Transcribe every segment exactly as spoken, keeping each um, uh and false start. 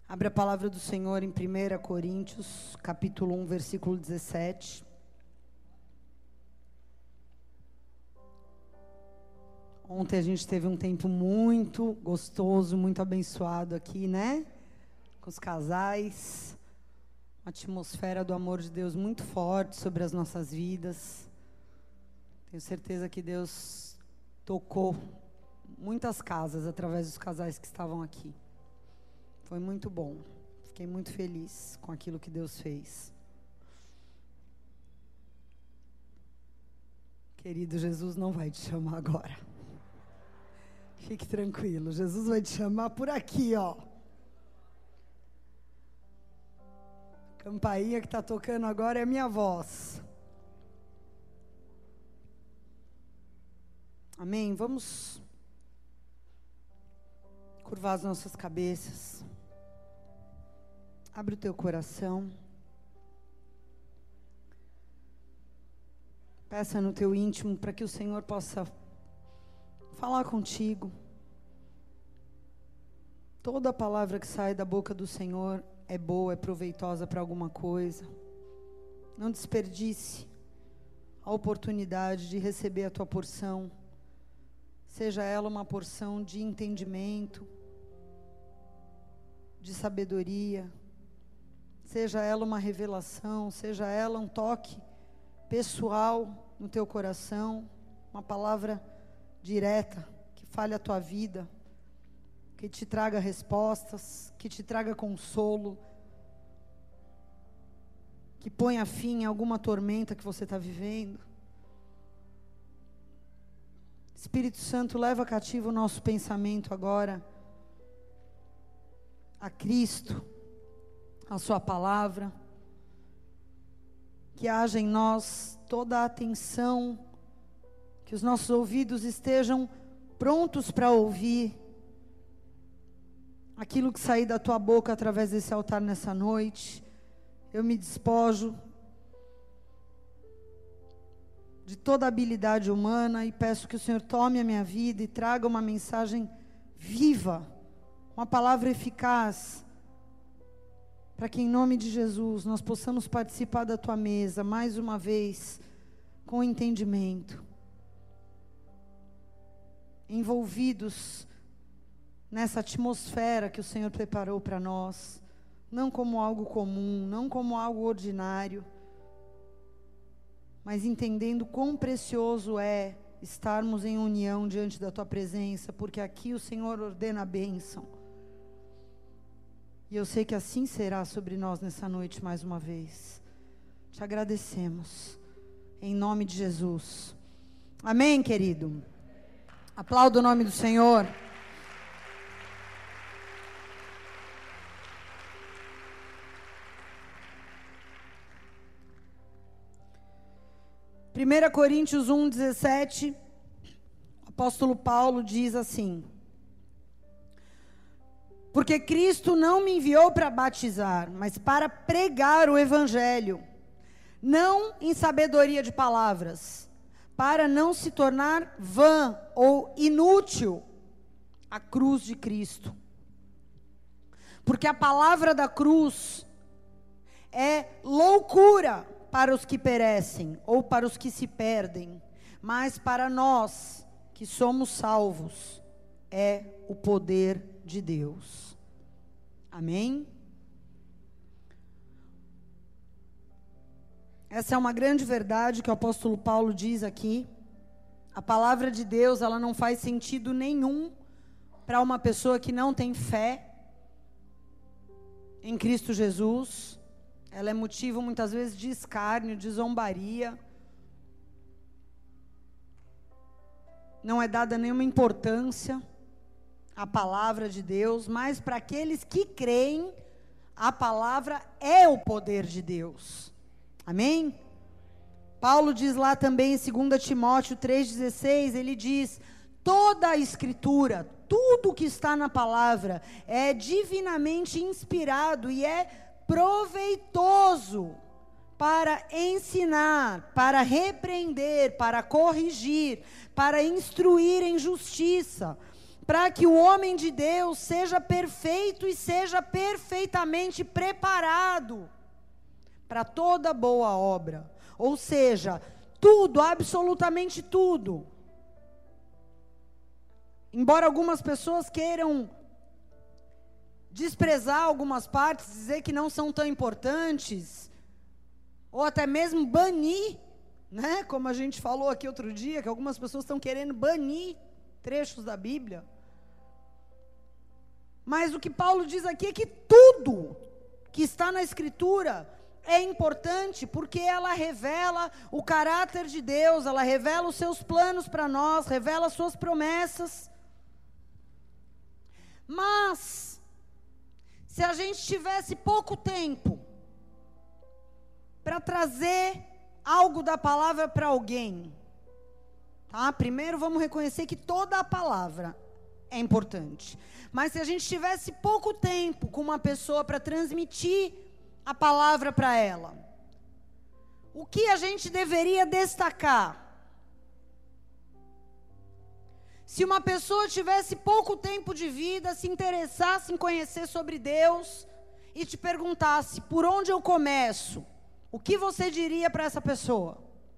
Abre a palavra do Senhor em primeira Coríntios, capítulo um, versículo dezessete. Ontem a gente teve um tempo muito gostoso, muito abençoado aqui, né? Com os casais. Uma atmosfera do amor de Deus muito forte sobre as nossas vidas. Tenho certeza que Deus tocou muitas casas através dos casais que estavam aqui. Foi muito bom. Fiquei muito feliz com aquilo que Deus fez. Querido, Jesus não vai te chamar agora. Fique tranquilo. Jesus vai te chamar por aqui, ó. A campainha que está tocando agora é a minha voz. Amém? Vamos curvar as nossas cabeças. Abre o teu coração. Peça no teu íntimo para que o Senhor possa falar contigo. Toda palavra que sai da boca do Senhor é boa, é proveitosa para alguma coisa. Não desperdice a oportunidade de receber a tua porção. Seja ela uma porção de entendimento, de sabedoria, seja ela uma revelação, seja ela um toque pessoal no teu coração, uma palavra direta que fale a tua vida, que te traga respostas, que te traga consolo, que ponha fim a alguma tormenta que você está vivendo. Espírito Santo, leva cativo o nosso pensamento agora a Cristo, a sua palavra, que haja em nós toda a atenção, que os nossos ouvidos estejam prontos para ouvir aquilo que sair da tua boca através desse altar nessa noite. Eu me despojo de toda a habilidade humana e peço que o Senhor tome a minha vida e traga uma mensagem viva, uma palavra eficaz, para que em nome de Jesus nós possamos participar da tua mesa mais uma vez com entendimento, envolvidos nessa atmosfera que o Senhor preparou para nós, não como algo comum, não como algo ordinário, mas entendendo quão precioso é estarmos em união diante da tua presença, porque aqui o Senhor ordena a bênção. E eu sei que assim será sobre nós nessa noite mais uma vez. Te agradecemos, em nome de Jesus. Amém, querido? Aplauda o nome do Senhor. primeira Coríntios um, dezessete, o apóstolo Paulo diz assim: porque Cristo não me enviou para batizar, mas para pregar o evangelho, não em sabedoria de palavras, para não se tornar vã ou inútil a cruz de Cristo. Porque a palavra da cruz é loucura para os que perecem, ou para os que se perdem, mas para nós que somos salvos, é o poder de Deus. Amém? Essa é uma grande verdade que o apóstolo Paulo diz aqui. A palavra de Deus, ela não faz sentido nenhum para uma pessoa que não tem fé em Cristo Jesus. Ela é motivo muitas vezes de escárnio, de zombaria. Não é dada nenhuma importância à palavra de Deus, mas para aqueles que creem, a palavra é o poder de Deus. Amém? Paulo diz lá também em dois Timóteo três, dezesseis, ele diz: toda a escritura, tudo que está na palavra é divinamente inspirado e é proveitoso para ensinar, para repreender, para corrigir, para instruir em justiça, para que o homem de Deus seja perfeito e seja perfeitamente preparado para toda boa obra. Ou seja, tudo, absolutamente tudo. Embora algumas pessoas queiram desprezar algumas partes, dizer que não são tão importantes, ou até mesmo banir, né? Como a gente falou aqui outro dia, que algumas pessoas estão querendo banir trechos da Bíblia. Mas o que Paulo diz aqui é que tudo que está na Escritura é importante, porque ela revela o caráter de Deus, ela revela os seus planos para nós, revela as suas promessas. Mas, se a gente tivesse pouco tempo para trazer algo da palavra para alguém, tá? Primeiro vamos reconhecer que toda a palavra é importante. Mas se a gente tivesse pouco tempo com uma pessoa para transmitir a palavra para ela, o que a gente deveria destacar? Se uma pessoa tivesse pouco tempo de vida, se interessasse em conhecer sobre Deus e te perguntasse, por onde eu começo? O que você diria para essa pessoa?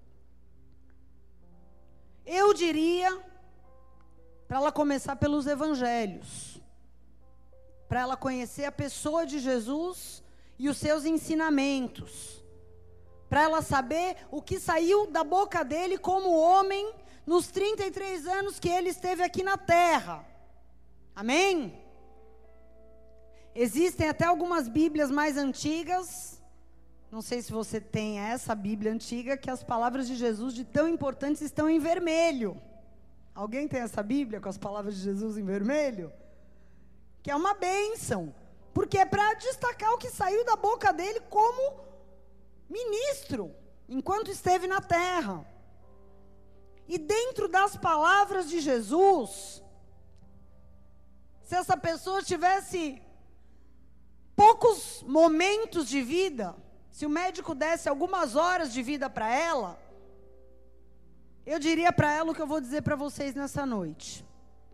Eu diria para ela começar pelos evangelhos, para ela conhecer a pessoa de Jesus e os seus ensinamentos, para ela saber o que saiu da boca dele como homem nos trinta e três anos que ele esteve aqui na terra. Amém? Existem até algumas Bíblias mais antigas, não sei se você tem essa Bíblia antiga, que as palavras de Jesus de tão importantes estão em vermelho. Alguém tem essa Bíblia com as palavras de Jesus em vermelho? Que é uma bênção, porque é para destacar o que saiu da boca dele como ministro, enquanto esteve na terra. E dentro das palavras de Jesus, se essa pessoa tivesse poucos momentos de vida, se o médico desse algumas horas de vida para ela, eu diria para ela o que eu vou dizer para vocês nessa noite.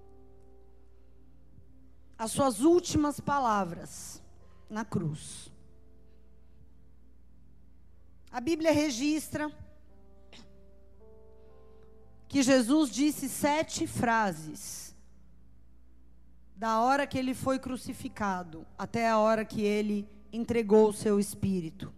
As suas últimas palavras na cruz. A Bíblia registra que Jesus disse sete frases, da hora que ele foi crucificado até a hora que ele entregou o seu espírito.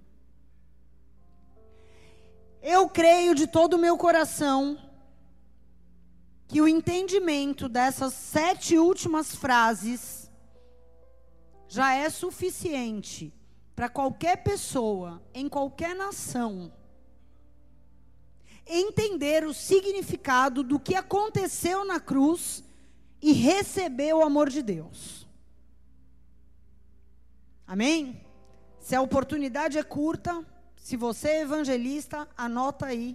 Eu creio de todo o meu coração que o entendimento dessas sete últimas frases já é suficiente para qualquer pessoa, em qualquer nação, entender o significado do que aconteceu na cruz e receber o amor de Deus. Amém? Se a oportunidade é curta, se você é evangelista, anota aí,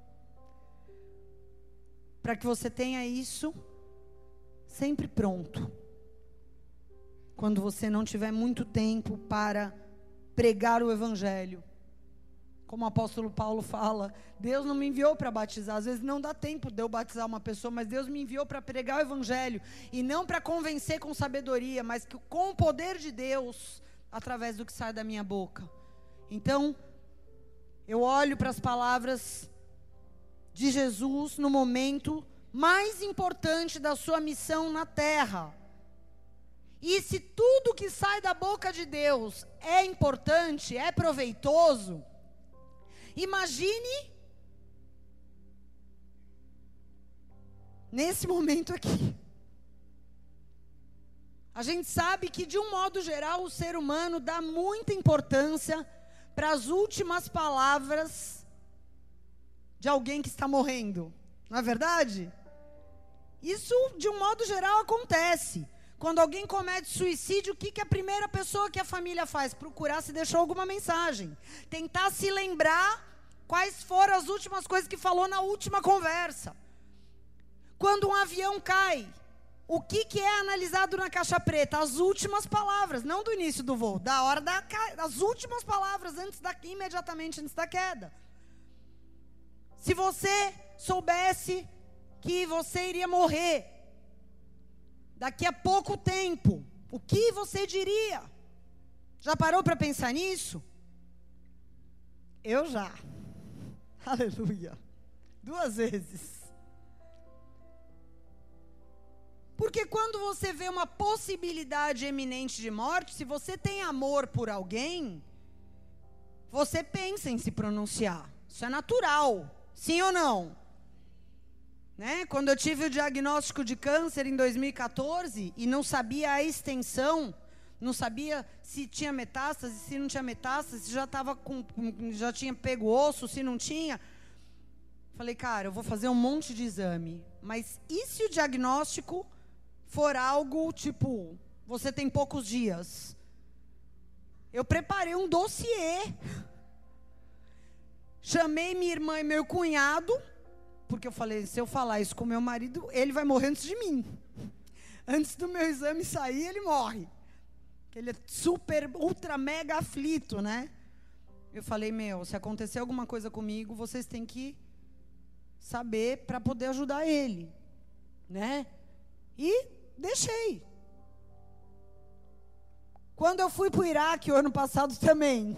para que você tenha isso sempre pronto, quando você não tiver muito tempo para pregar o evangelho. Como o apóstolo Paulo fala, Deus não me enviou para batizar. Às vezes não dá tempo de eu batizar uma pessoa, mas Deus me enviou para pregar o evangelho. E não para convencer com sabedoria, mas que, com o poder de Deus, através do que sai da minha boca. Então, eu olho para as palavras de Jesus no momento mais importante da sua missão na terra. E se tudo que sai da boca de Deus é importante, é proveitoso, imagine nesse momento aqui. A gente sabe que, de um modo geral, o ser humano dá muita importância para as últimas palavras de alguém que está morrendo. Não é verdade? Isso, de um modo geral, acontece. Quando alguém comete suicídio, o que, que a primeira pessoa que a família faz? Procurar se deixou alguma mensagem. Tentar se lembrar quais foram as últimas coisas que falou na última conversa. Quando um avião cai, o que, que é analisado na caixa preta? As últimas palavras, não do início do voo, da hora da as últimas palavras, antes da, imediatamente antes da queda. Se você soubesse que você iria morrer, daqui a pouco tempo, o que você diria? Já parou para pensar nisso? Eu já. Aleluia. Duas vezes. Porque quando você vê uma possibilidade eminente de morte, se você tem amor por alguém, você pensa em se pronunciar. Isso é natural. Sim ou não? Né? Quando eu tive o diagnóstico de câncer em dois mil e quatorze e não sabia a extensão, não sabia se tinha metástase, se não tinha metástase, se já tava com, já tinha pego osso, se não tinha. Falei, cara, eu vou fazer um monte de exame. Mas e se o diagnóstico for algo tipo, você tem poucos dias? Eu preparei um dossiê. Chamei minha irmã e meu cunhado, porque eu falei, se eu falar isso com meu marido, ele vai morrer antes de mim. Antes do meu exame sair, ele morre. Ele é super, ultra, mega aflito, né? Eu falei, meu, se acontecer alguma coisa comigo, vocês têm que saber para poder ajudar ele, né? E deixei. Quando eu fui para o Iraque, o ano passado também,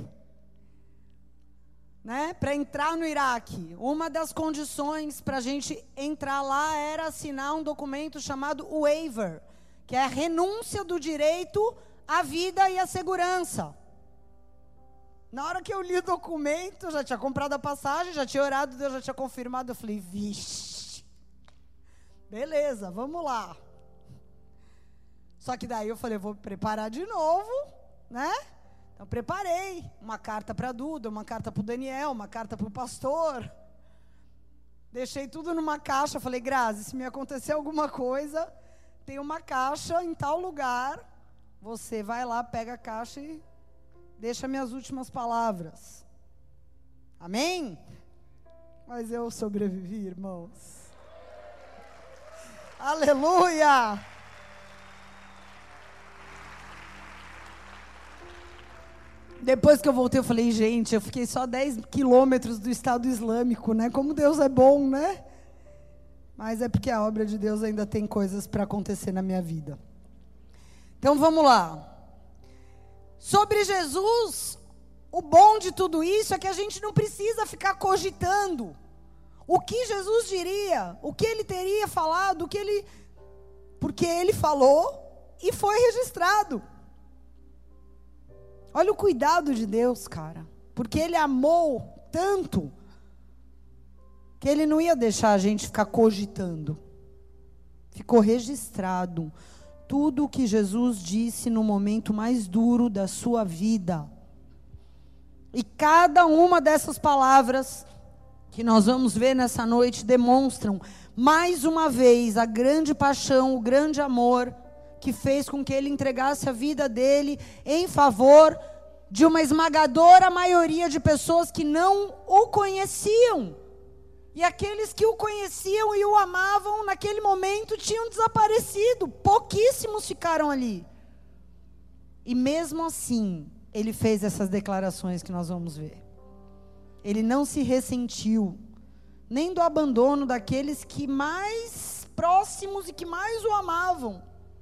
né? Para entrar no Iraque, uma das condições para a gente entrar lá era assinar um documento chamado waiver, que é a renúncia do direito à vida e à segurança. Na hora que eu li o documento, já tinha comprado a passagem, já tinha orado, Deus já tinha confirmado. Eu falei, vixe, beleza, vamos lá. Só que daí eu falei, vou preparar de novo, né? Então preparei uma carta para a Duda, uma carta para o Daniel, uma carta para o pastor. Deixei tudo numa caixa, falei, Grazi, se me acontecer alguma coisa, tem uma caixa em tal lugar, você vai lá, pega a caixa e deixa minhas últimas palavras. Amém? Mas eu sobrevivi, irmãos. Aleluia! Depois que eu voltei, eu falei, gente, eu fiquei só dez quilômetros do Estado Islâmico, né? Como Deus é bom, né? Mas é porque a obra de Deus ainda tem coisas para acontecer na minha vida. Então, vamos lá. Sobre Jesus, o bom de tudo isso é que a gente não precisa ficar cogitando o que Jesus diria, o que ele teria falado, o que ele, porque ele falou e foi registrado. Olha o cuidado de Deus, cara, porque ele amou tanto que ele não ia deixar a gente ficar cogitando. Ficou registrado tudo o que Jesus disse no momento mais duro da sua vida. E cada uma dessas palavras que nós vamos ver nessa noite demonstram, mais uma vez, a grande paixão, o grande amor que fez com que ele entregasse a vida dele em favor de uma esmagadora maioria de pessoas que não o conheciam. E aqueles que o conheciam e o amavam, naquele momento, tinham desaparecido. Pouquíssimos ficaram ali. E mesmo assim, ele fez essas declarações que nós vamos ver. Ele não se ressentiu, nem do abandono daqueles que mais próximos e que mais o amavam.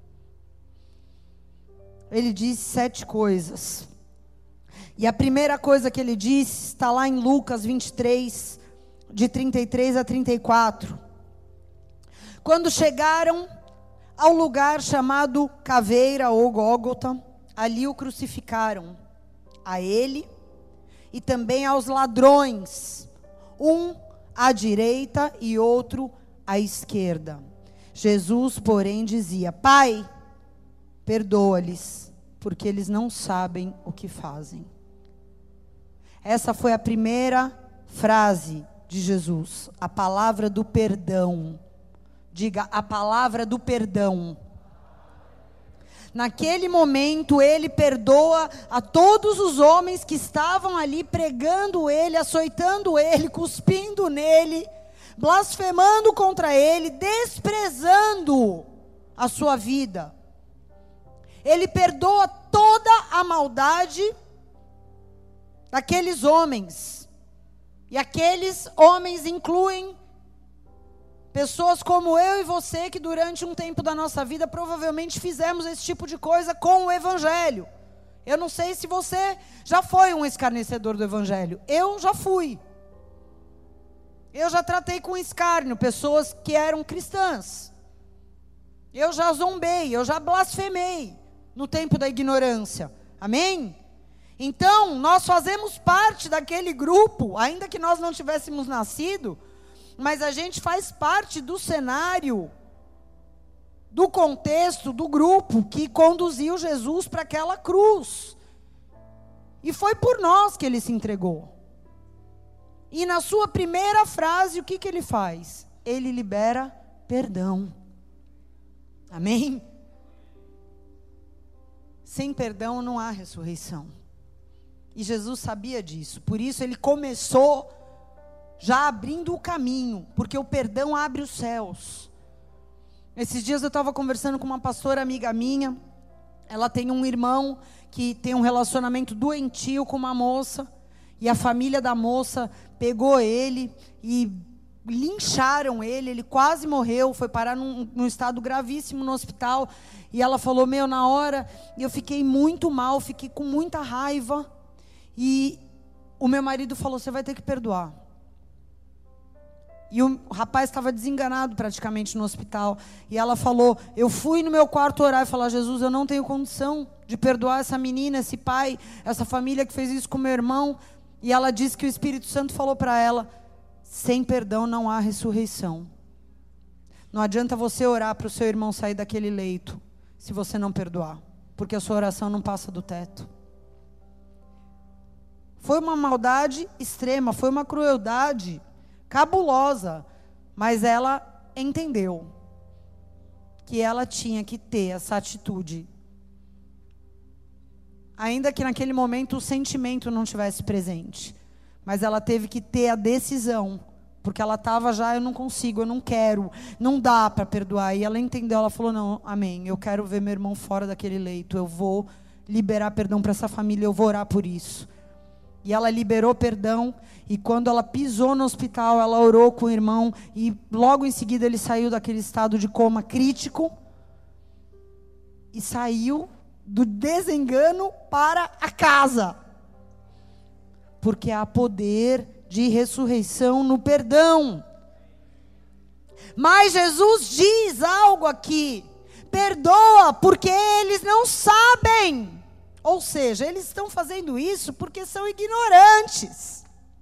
Ele disse sete coisas. E a primeira coisa que ele disse está lá em Lucas vinte e três, de trinta e três a trinta e quatro. Quando chegaram ao lugar chamado Caveira ou Gólgota, ali o crucificaram, a ele e também aos ladrões, um à direita e outro à esquerda. Jesus, porém, dizia: Pai, perdoa-lhes, porque eles não sabem o que fazem. Essa foi a primeira frase de Jesus, a palavra do perdão. Diga, a palavra do perdão. Naquele momento, ele perdoa a todos os homens que estavam ali pregando ele, açoitando ele, cuspindo nele, blasfemando contra ele, desprezando a sua vida. Ele perdoa toda a maldade daqueles homens. E aqueles homens incluem Pessoas como eu e você que durante um tempo da nossa vida provavelmente fizemos esse tipo de coisa com o Evangelho. Eu não sei se você já foi um escarnecedor do Evangelho. Eu já fui. Eu já tratei com escárnio pessoas que eram cristãs. Eu já zombei, eu já blasfemei no tempo da ignorância. Amém? Então, nós fazemos parte daquele grupo, ainda que nós não tivéssemos nascido, mas a gente faz parte do cenário, do contexto, do grupo que conduziu Jesus para aquela cruz. E foi por nós que ele se entregou. E na sua primeira frase, o que, que ele faz? Ele libera perdão. Amém? Sem perdão não há ressurreição. E Jesus sabia disso. Por isso ele começou já abrindo o caminho, porque o perdão abre os céus. Esses dias eu estava conversando com uma pastora amiga minha. Ela tem um irmão que tem um relacionamento doentio com uma moça, e a família da moça pegou ele e lincharam ele. Ele quase morreu, foi parar num, num estado gravíssimo no hospital. E ela falou, meu, na hora eu fiquei muito mal, fiquei com muita raiva, e o meu marido falou, você vai ter que perdoar. E o rapaz estava desenganado praticamente no hospital. E ela falou, eu fui no meu quarto orar e falar, Jesus, eu não tenho condição de perdoar essa menina, esse pai, essa família que fez isso com meu irmão. E ela disse que o Espírito Santo falou para ela, sem perdão não há ressurreição. Não adianta você orar para o seu irmão sair daquele leito, se você não perdoar, porque a sua oração não passa do teto. Foi uma maldade extrema, foi uma crueldade cabulosa, mas ela entendeu que ela tinha que ter essa atitude, ainda que naquele momento o sentimento não estivesse presente, mas ela teve que ter a decisão, porque ela estava já, eu não consigo, eu não quero, não dá para perdoar. E ela entendeu, ela falou, não, amém, eu quero ver meu irmão fora daquele leito, eu vou liberar perdão para essa família, eu vou orar por isso. E ela liberou perdão, e quando ela pisou no hospital, ela orou com o irmão, e logo em seguida ele saiu daquele estado de coma crítico, e saiu do desengano para a casa. Porque há poder de ressurreição no perdão. Mas Jesus diz algo aqui, perdoa porque eles não sabem. Ou seja, eles estão fazendo isso porque são ignorantes.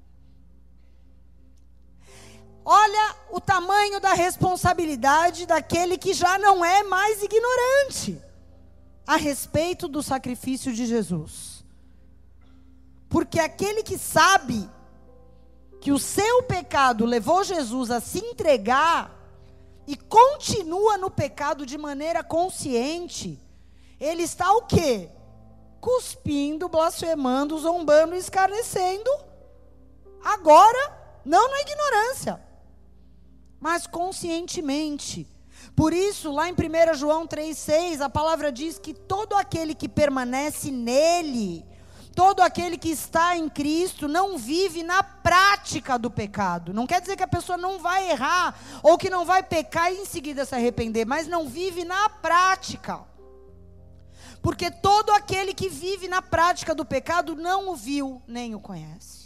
Olha o tamanho da responsabilidade daquele que já não é mais ignorante a respeito do sacrifício de Jesus. Porque aquele que sabe que o seu pecado levou Jesus a se entregar e continua no pecado de maneira consciente, ele está o quê? Cuspindo, blasfemando, zombando, escarnecendo. Agora, não na ignorância, mas conscientemente. Por isso, lá em primeira João três, seis, a palavra diz que todo aquele que permanece nele, todo aquele que está em Cristo, não vive na prática do pecado. Não quer dizer que a pessoa não vai errar, ou que não vai pecar e em seguida se arrepender, mas não vive na prática. Porque todo aquele que vive na prática do pecado não o viu, nem o conhece.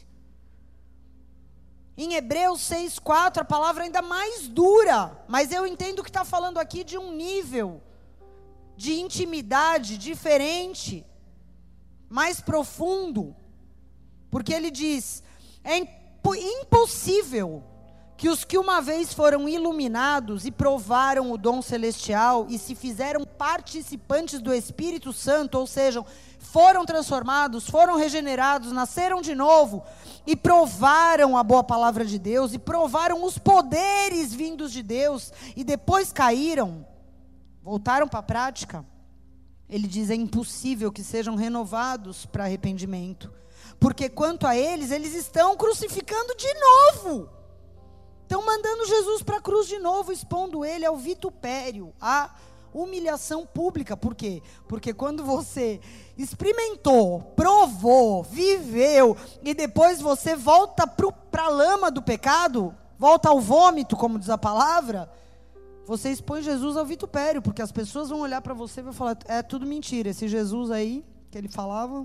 Em Hebreus seis, quatro, a palavra ainda mais dura, mas eu entendo que está falando aqui de um nível de intimidade diferente, mais profundo, porque ele diz, é impossível que os que uma vez foram iluminados e provaram o dom celestial e se fizeram participantes do Espírito Santo, ou seja, foram transformados, foram regenerados, nasceram de novo e provaram a boa palavra de Deus e provaram os poderes vindos de Deus e depois caíram, voltaram para a prática. Ele diz, é impossível que sejam renovados para arrependimento, porque quanto a eles, eles estão crucificando de novo. Estão mandando Jesus para a cruz de novo, expondo ele ao vitupério, à humilhação pública. Por quê? Porque quando você experimentou, provou, viveu, e depois você volta para a lama do pecado, volta ao vômito, como diz a palavra, você expõe Jesus ao vitupério, porque as pessoas vão olhar para você e vão falar, é tudo mentira, esse Jesus aí, que ele falava,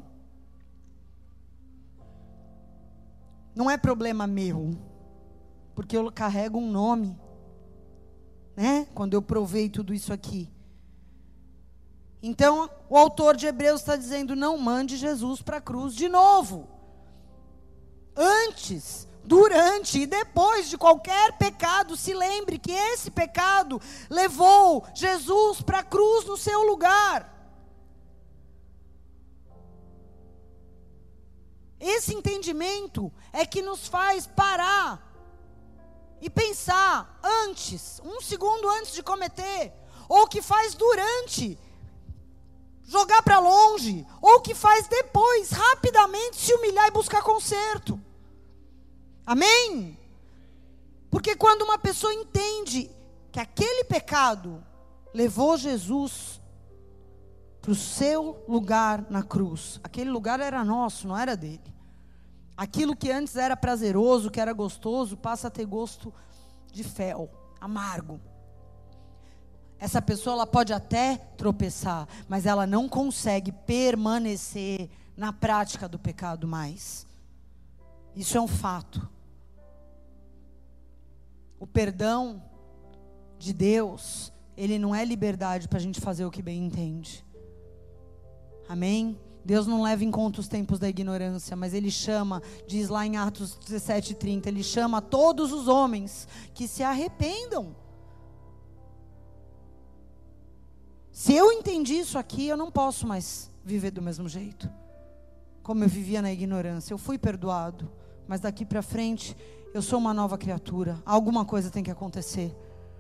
não é problema meu, porque eu carrego um nome, né? Quando eu provei tudo isso aqui. Então, o autor de Hebreus está dizendo, não mande Jesus para a cruz de novo. Antes, durante e depois de qualquer pecado, se lembre que esse pecado levou Jesus para a cruz no seu lugar. Esse entendimento é que nos faz parar e pensar antes, um segundo antes de cometer, ou que faz durante, jogar para longe, ou que faz depois, rapidamente se humilhar e buscar conserto. Amém? Porque quando uma pessoa entende que aquele pecado levou Jesus para o seu lugar na cruz, aquele lugar era nosso, não era dele. Aquilo que antes era prazeroso, que era gostoso, passa a ter gosto de fel, amargo. Essa pessoa ela pode até tropeçar, mas ela não consegue permanecer na prática do pecado mais. Isso é um fato. O perdão de Deus, ele não é liberdade para a gente fazer o que bem entende. Amém? Deus não leva em conta os tempos da ignorância, mas Ele chama, diz lá em Atos dezessete, trinta, Ele chama todos os homens que se arrependam. Se eu entendi isso aqui, eu não posso mais viver do mesmo jeito, como eu vivia na ignorância. Eu fui perdoado, mas daqui para frente, eu sou uma nova criatura. Alguma coisa tem que acontecer.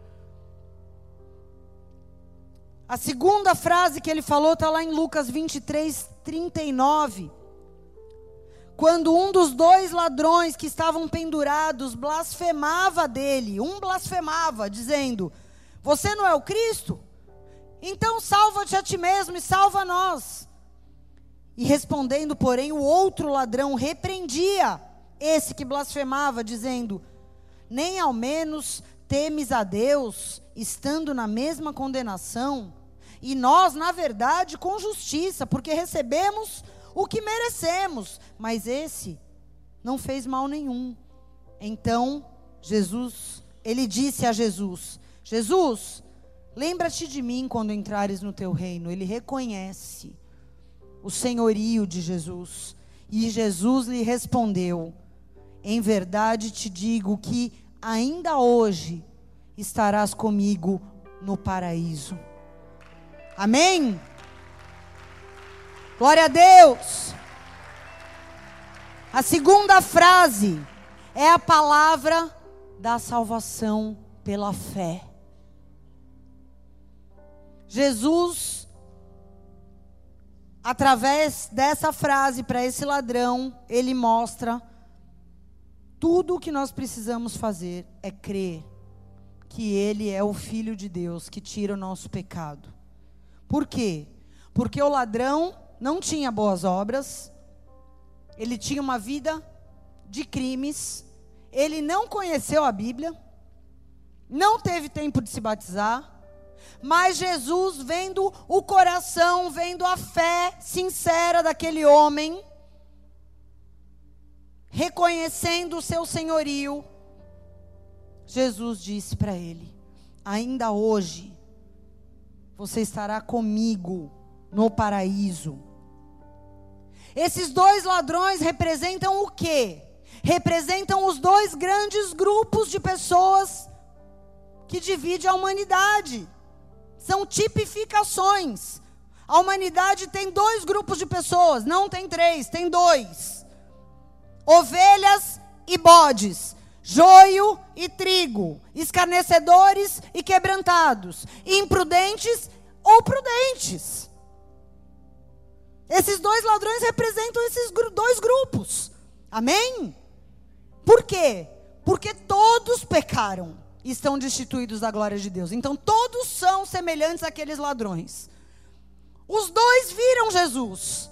A segunda frase que ele falou está lá em Lucas vinte e três, trinta e nove. Quando um dos dois ladrões que estavam pendurados blasfemava dele, um blasfemava, dizendo, você não é o Cristo? Então salva-te a ti mesmo e salva nós. E respondendo, porém, o outro ladrão repreendia esse que blasfemava, dizendo, nem ao menos temes a Deus, estando na mesma condenação, e nós, na verdade, com justiça, porque recebemos o que merecemos, mas esse não fez mal nenhum. Então, Jesus, ele disse a Jesus, Jesus, lembra-te de mim quando entrares no teu reino. Ele reconhece o senhorio de Jesus, e Jesus lhe respondeu, em verdade te digo que ainda hoje estarás comigo no paraíso. Amém? Glória a Deus. A segunda frase é a palavra da salvação pela fé. Jesus, através dessa frase para esse ladrão, ele mostra tudo o que nós precisamos fazer é crer que ele é o Filho de Deus que tira o nosso pecado. Por quê? Porque o ladrão não tinha boas obras, ele tinha uma vida de crimes, ele não conheceu a Bíblia, não teve tempo de se batizar, mas Jesus, vendo o coração, vendo a fé sincera daquele homem, reconhecendo o seu senhorio, Jesus disse para ele, ainda hoje, você estará comigo no paraíso. Esses dois ladrões representam o quê? Representam os dois grandes grupos de pessoas que dividem a humanidade. São tipificações. A humanidade tem dois grupos de pessoas, não tem três, tem dois. Ovelhas e bodes. Joio e trigo, escarnecedores e quebrantados, imprudentes ou prudentes. Esses dois ladrões representam esses dois grupos. Amém? Por quê? Porque todos pecaram e estão destituídos da glória de Deus. Então todos são semelhantes àqueles ladrões. Os dois viram Jesus.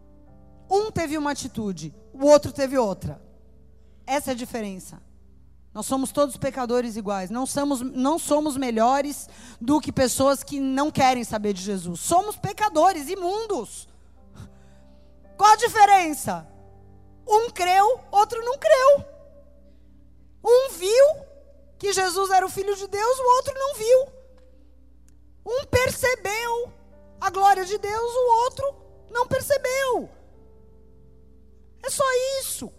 Um teve uma atitude, o outro teve outra. Essa é a diferença. Nós somos todos pecadores iguais. Não somos, não somos melhores do que pessoas que não querem saber de Jesus. Somos pecadores imundos. Qual a diferença? Um creu, outro não creu. Um viu que Jesus era o Filho de Deus, o outro não viu. Um percebeu a glória de Deus, o outro não percebeu. É só isso.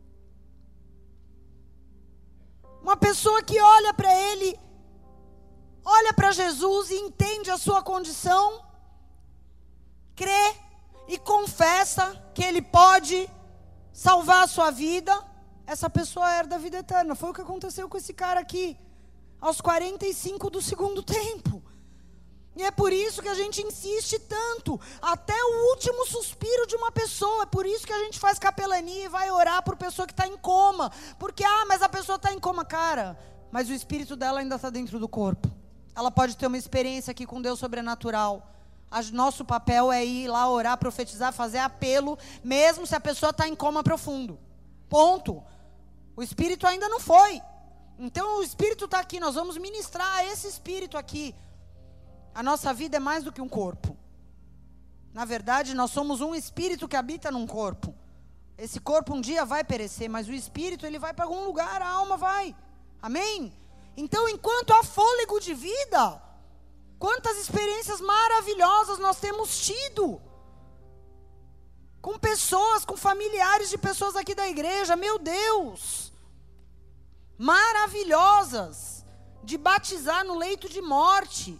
Uma pessoa que olha para ele, olha para Jesus e entende a sua condição, crê e confessa que ele pode salvar a sua vida, essa pessoa herda a vida eterna. Foi o que aconteceu com esse cara aqui, aos quarenta e cinco do segundo tempo. E é por isso que a gente insiste tanto, até o último suspiro de uma pessoa. É por isso que a gente faz capelania e vai orar por pessoa que está em coma. Porque, ah, mas a pessoa está em coma, cara. Mas o espírito dela ainda está dentro do corpo. Ela pode ter uma experiência aqui com Deus sobrenatural. A, nosso papel é ir lá orar, profetizar, fazer apelo, mesmo se a pessoa está em coma profundo. Ponto. O espírito ainda não foi. Então o espírito está aqui, nós vamos ministrar a esse espírito aqui. A nossa vida é mais do que um corpo. Na verdade, nós somos um espírito que habita num corpo. Esse corpo um dia vai perecer, mas o espírito, ele vai para algum lugar, a alma vai. Amém? Então, enquanto há fôlego de vida, quantas experiências maravilhosas nós temos tido. Com pessoas, com familiares de pessoas aqui da igreja, meu Deus. Maravilhosas. De batizar no leito de morte.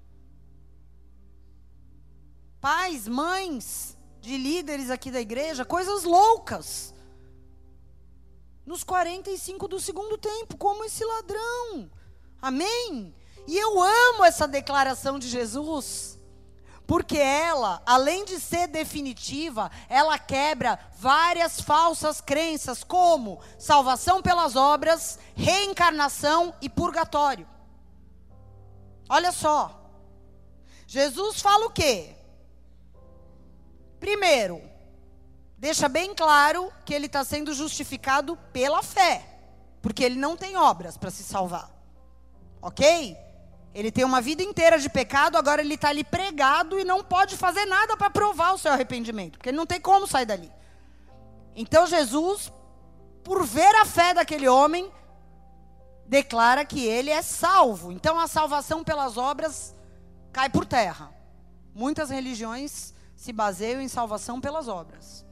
Pais, mães de líderes aqui da igreja, coisas loucas. Nos quarenta e cinco do segundo tempo, como esse ladrão. Amém? E eu amo essa declaração de Jesus, porque ela, além de ser definitiva, ela quebra várias falsas crenças, como salvação pelas obras, reencarnação e purgatório. Olha só. Jesus fala o quê? Primeiro, deixa bem claro que ele está sendo justificado pela fé, porque ele não tem obras para se salvar, ok? Ele tem uma vida inteira de pecado, agora ele está ali pregado e não pode fazer nada para provar o seu arrependimento, porque ele não tem como sair dali. Então Jesus, por ver a fé daquele homem, declara que ele é salvo. Então a salvação pelas obras cai por terra. Muitas religiões se baseiam em salvação pelas obras.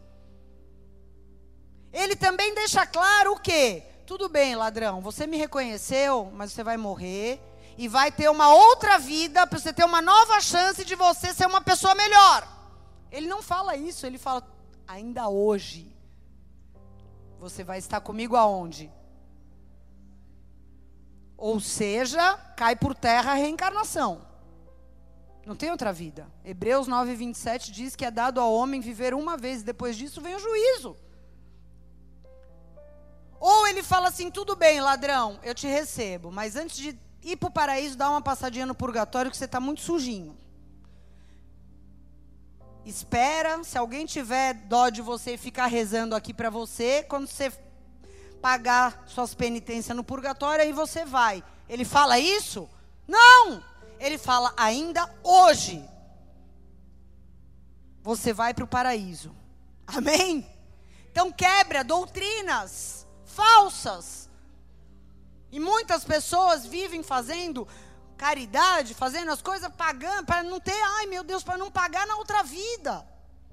Ele também deixa claro o quê? Tudo bem, ladrão, você me reconheceu, mas você vai morrer e vai ter uma outra vida para você ter uma nova chance de você ser uma pessoa melhor. Ele não fala isso, ele fala, ainda hoje você vai estar comigo aonde? Ou seja, cai por terra a reencarnação. Não tem outra vida. Hebreus nove, vinte e sete diz que é dado ao homem viver uma vez, e depois disso vem o juízo. Ou ele fala assim, tudo bem, ladrão, eu te recebo, mas antes de ir para o paraíso, dá uma passadinha no purgatório que você está muito sujinho. Espera, se alguém tiver dó de você e ficar rezando aqui para você, quando você pagar suas penitências no purgatório, aí você vai. Ele fala isso? Não! Ele fala, ainda hoje, você vai para o paraíso. Amém? Então quebra doutrinas falsas. E muitas pessoas vivem fazendo caridade, fazendo as coisas, pagando, para não ter, ai meu Deus, para não pagar na outra vida.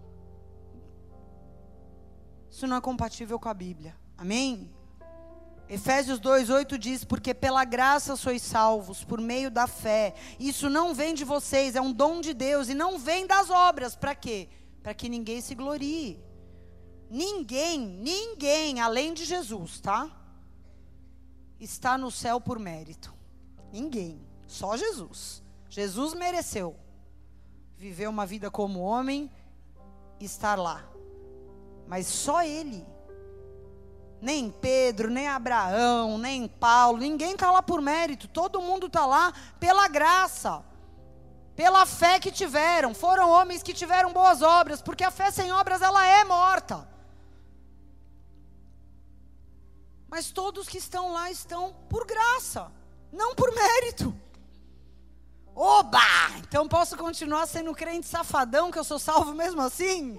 Isso não é compatível com a Bíblia. Amém? Efésios dois, oito diz, porque pela graça sois salvos, por meio da fé. Isso não vem de vocês, é um dom de Deus, e não vem das obras. Para quê? Para que ninguém se glorie. Ninguém, ninguém, além de Jesus, tá? Está no céu por mérito. Ninguém, só Jesus. Jesus mereceu viver uma vida como homem e estar lá. Mas só Ele. Nem Pedro, nem Abraão, nem Paulo, ninguém está lá por mérito. Todo mundo está lá pela graça, pela fé que tiveram. Foram homens que tiveram boas obras, porque a fé sem obras ela é morta. Mas todos que estão lá estão por graça, não por mérito. Oba! Então posso continuar sendo crente safadão, que eu sou salvo mesmo assim?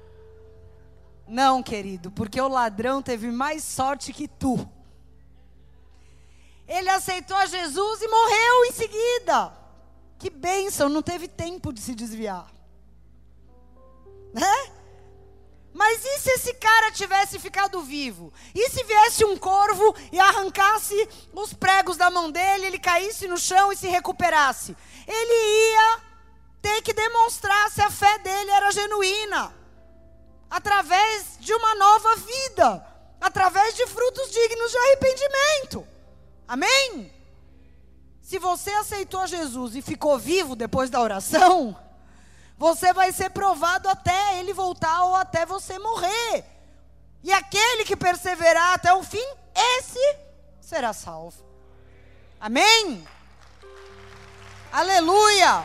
Não, querido, porque o ladrão teve mais sorte que tu. Ele aceitou a Jesus e morreu em seguida. Que bênção, não teve tempo de se desviar. Né? Mas e se esse cara tivesse ficado vivo? E se viesse um corvo e arrancasse os pregos da mão dele, ele caísse no chão e se recuperasse? Ele ia ter que demonstrar se a fé dele era genuína, através de uma nova vida, através de frutos dignos de arrependimento. Amém? Se você aceitou Jesus e ficou vivo depois da oração, você vai ser provado até ele voltar ou até você morrer. E aquele que perseverar até o fim, esse será salvo. Amém? Aleluia!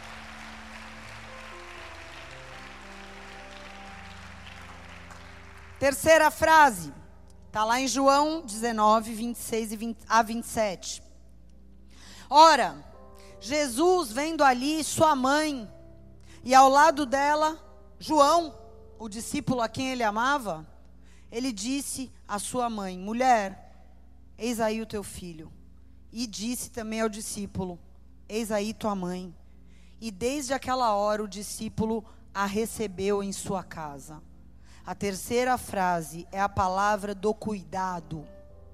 Terceira frase, está lá em João dezenove, vinte e seis a vinte e sete. Ora, Jesus vendo ali sua mãe, e ao lado dela, João, o discípulo a quem ele amava, ele disse à sua mãe: mulher, eis aí o teu filho. E disse também ao discípulo: eis aí tua mãe. E desde aquela hora o discípulo a recebeu em sua casa. A terceira frase é a palavra do cuidado.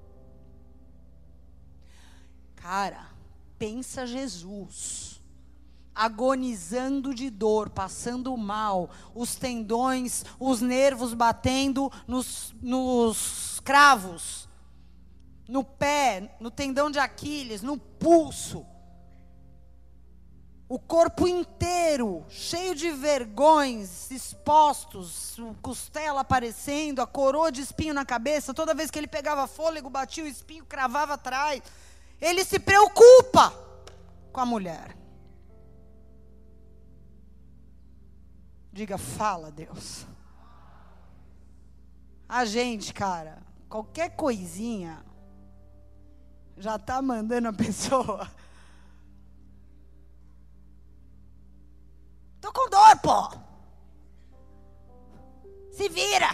Cara, pensa Jesus, agonizando de dor, passando mal, os tendões, os nervos batendo nos, nos cravos, no pé, no tendão de Aquiles, no pulso. O corpo inteiro, cheio de vergões, expostos, costela aparecendo, a coroa de espinho na cabeça. Toda vez que ele pegava fôlego, batia o espinho, cravava atrás. Ele se preocupa com a mulher. Diga, fala, Deus. A gente, cara, qualquer coisinha já está mandando a pessoa. Tô com dor, pô. Se vira.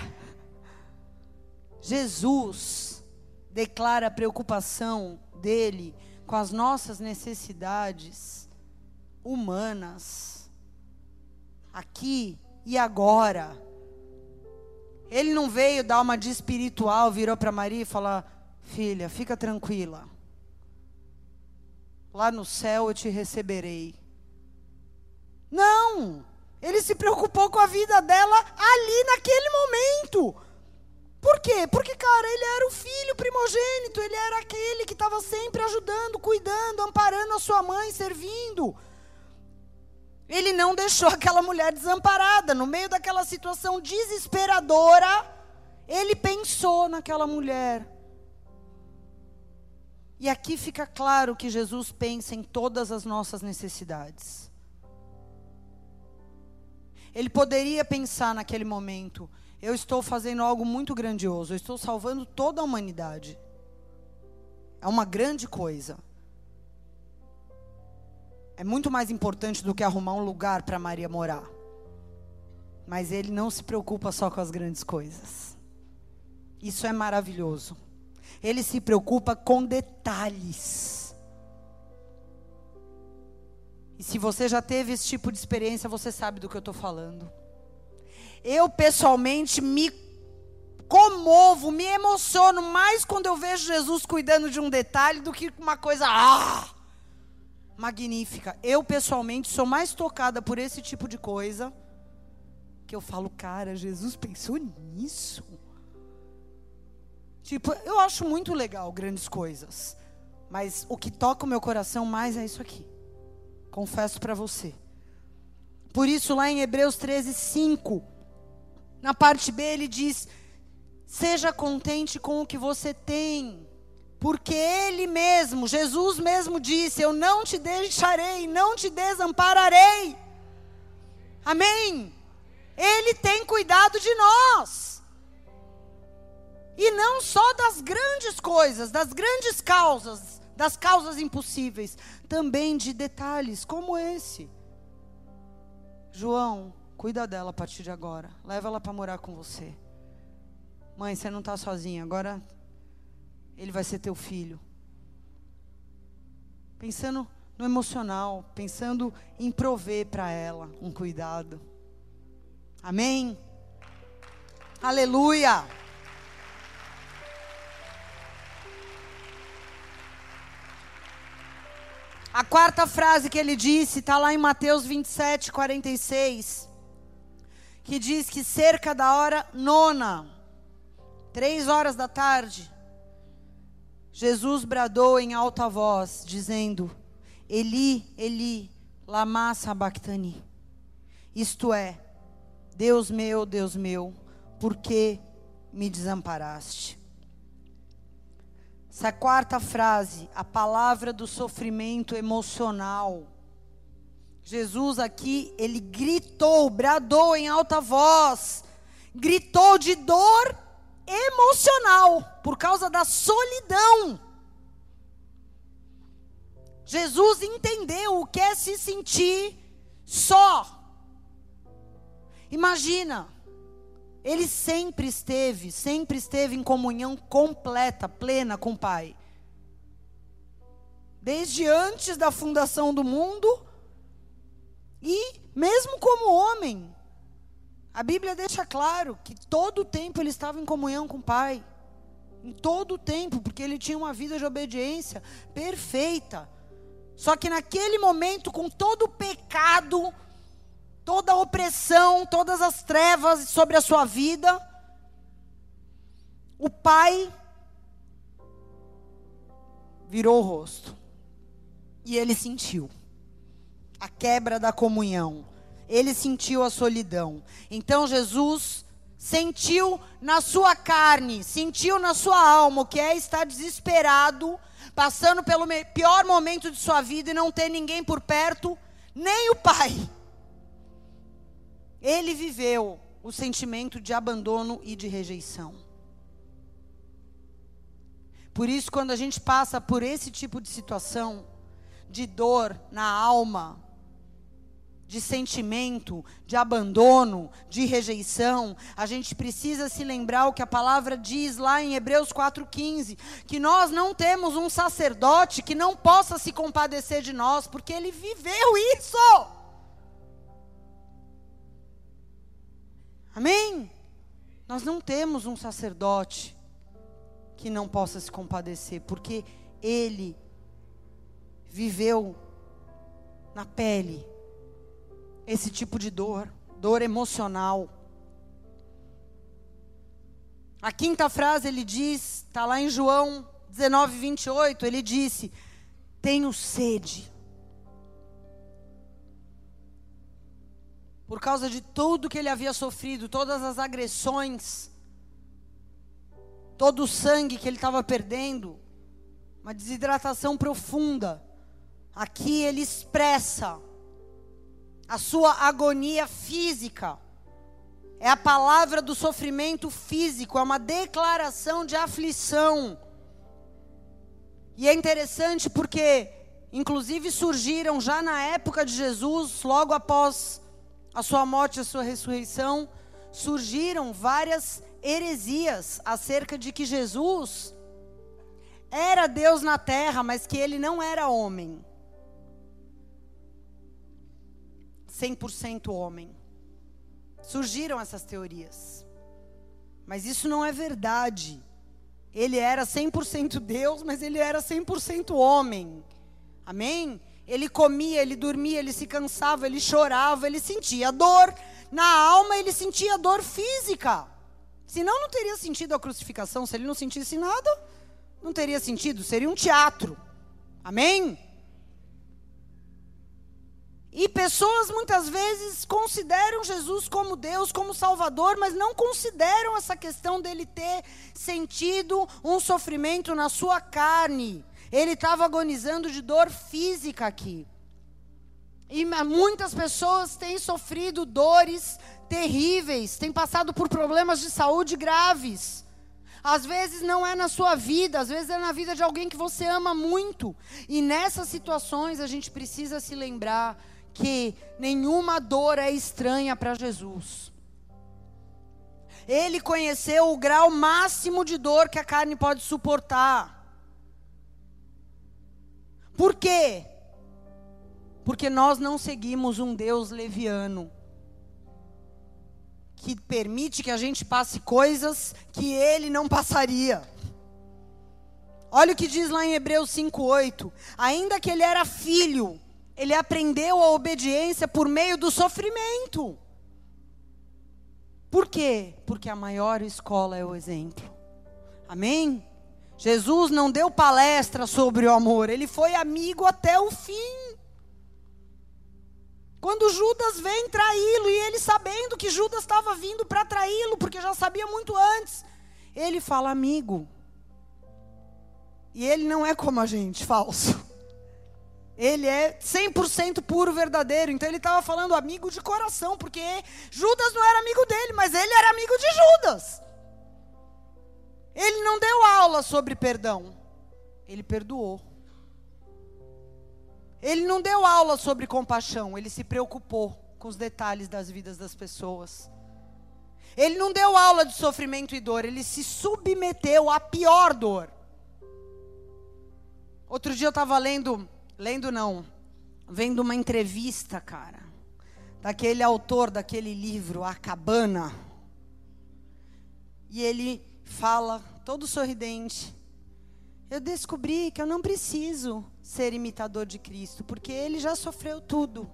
Jesus declara a preocupação dele com as nossas necessidades humanas, aqui e agora. Ele não veio dar uma de espiritual, virou para Maria e falar: filha, fica tranquila, lá no céu eu te receberei. Não, ele se preocupou com a vida dela ali naquele momento. Por quê? Porque, cara, ele era o filho primogênito, ele era aquele que estava sempre ajudando, cuidando, amparando a sua mãe, servindo. Ele não deixou aquela mulher desamparada. No meio daquela situação desesperadora, ele pensou naquela mulher. E aqui fica claro que Jesus pensa em todas as nossas necessidades. Ele poderia pensar naquele momento: eu estou fazendo algo muito grandioso, eu estou salvando toda a humanidade. É uma grande coisa. É muito mais importante do que arrumar um lugar para Maria morar. Mas ele não se preocupa só com as grandes coisas. Isso é maravilhoso. Ele se preocupa com detalhes. E se você já teve esse tipo de experiência, você sabe do que eu estou falando. Eu pessoalmente me comovo, me emociono mais quando eu vejo Jesus cuidando de um detalhe do que uma coisa ah, magnífica. Eu pessoalmente sou mais tocada por esse tipo de coisa, que eu falo, cara, Jesus pensou nisso. Tipo, eu acho muito legal grandes coisas, mas o que toca o meu coração mais é isso aqui. Confesso para você. Por isso lá em Hebreus treze, cinco, na parte B ele diz: seja contente com o que você tem, porque Ele mesmo, Jesus mesmo disse: eu não te deixarei, não te desampararei. Amém? Ele tem cuidado de nós. E não só das grandes coisas, das grandes causas, das causas impossíveis, também de detalhes como esse. João, cuida dela a partir de agora. Leva ela para morar com você. Mãe, você não está sozinha, agora ele vai ser teu filho. Pensando no emocional, pensando em prover para ela um cuidado. Amém? Aleluia! A quarta frase que ele disse está lá em Mateus vinte e sete, quarenta e seis, que diz que cerca da hora nona, três horas da tarde, Jesus bradou em alta voz, dizendo: Eli, Eli, lama sabachthani. Isto é, Deus meu, Deus meu, por que me desamparaste? Essa quarta frase, a palavra do sofrimento emocional. Jesus aqui, ele gritou, bradou em alta voz, gritou de dor emocional, por causa da solidão. Jesus entendeu o que é se sentir só. Imagina, ele sempre esteve, sempre esteve em comunhão completa, plena com o Pai. Desde antes da fundação do mundo e mesmo como homem. A Bíblia deixa claro que todo o tempo ele estava em comunhão com o Pai. Em todo o tempo, porque ele tinha uma vida de obediência perfeita. Só que naquele momento, com todo o pecado, toda a opressão, todas as trevas sobre a sua vida, o Pai virou o rosto. E ele sentiu a quebra da comunhão. Ele sentiu a solidão. Então Jesus sentiu na sua carne, sentiu na sua alma o que é estar desesperado, passando pelo pior momento de sua vida e não ter ninguém por perto, nem o Pai. Ele viveu o sentimento de abandono e de rejeição. Por isso, quando a gente passa por esse tipo de situação, de dor na alma, de sentimento, de abandono, de rejeição, a gente precisa se lembrar o que a palavra diz lá em Hebreus quatro quinze, que nós não temos um sacerdote que não possa se compadecer de nós, porque ele viveu isso. Amém? Nós não temos um sacerdote que não possa se compadecer, porque ele viveu na pele esse tipo de dor, dor emocional. A quinta frase ele diz, está lá em João dezenove, vinte e oito, ele disse: tenho sede. Por causa de tudo que ele havia sofrido, todas as agressões, todo o sangue que ele estava perdendo, uma desidratação profunda. Aqui ele expressa a sua agonia física. É a palavra do sofrimento físico, é uma declaração de aflição. E é interessante porque, inclusive, surgiram já na época de Jesus, logo após a sua morte e a sua ressurreição, surgiram várias heresias acerca de que Jesus era Deus na terra, mas que ele não era homem. cem por cento homem. Surgiram essas teorias. Mas isso não é verdade. Ele era cem por cento Deus, mas ele era cem por cento homem. Amém? Ele comia, ele dormia, ele se cansava, ele chorava, ele sentia dor. Na alma ele sentia dor física. Senão não teria sentido a crucificação. Se ele não sentisse nada, não teria sentido. Seria um teatro. Amém? E pessoas muitas vezes consideram Jesus como Deus, como Salvador, mas não consideram essa questão dele ter sentido um sofrimento na sua carne. Ele estava agonizando de dor física aqui. E muitas pessoas têm sofrido dores terríveis, têm passado por problemas de saúde graves. Às vezes não é na sua vida, às vezes é na vida de alguém que você ama muito. E nessas situações a gente precisa se lembrar que nenhuma dor é estranha para Jesus. Ele conheceu o grau máximo de dor que a carne pode suportar. Por quê? Porque nós não seguimos um Deus leviano, que permite que a gente passe coisas que Ele não passaria. Olha o que diz lá em Hebreus cinco, oito. Ainda que Ele era filho, Ele aprendeu a obediência por meio do sofrimento. Por quê? Porque a maior escola é o exemplo. Amém? Jesus não deu palestra sobre o amor, Ele foi amigo até o fim. Quando Judas vem traí-lo, e ele sabendo que Judas estava vindo para traí-lo, porque já sabia muito antes, ele fala amigo. E ele não é como a gente, falso. Ele é cem por cento puro, verdadeiro. Então ele estava falando amigo de coração, porque Judas não era amigo dele, mas ele era amigo de Judas. Ele não deu aula sobre perdão, ele perdoou. Ele não deu aula sobre compaixão, ele se preocupou com os detalhes das vidas das pessoas. Ele não deu aula de sofrimento e dor, ele se submeteu à pior dor. Outro dia eu estava lendo, lendo não, vendo uma entrevista, cara, daquele autor daquele livro, A Cabana. E ele fala, todo sorridente, eu descobri que eu não preciso ser imitador de Cristo, porque Ele já sofreu tudo.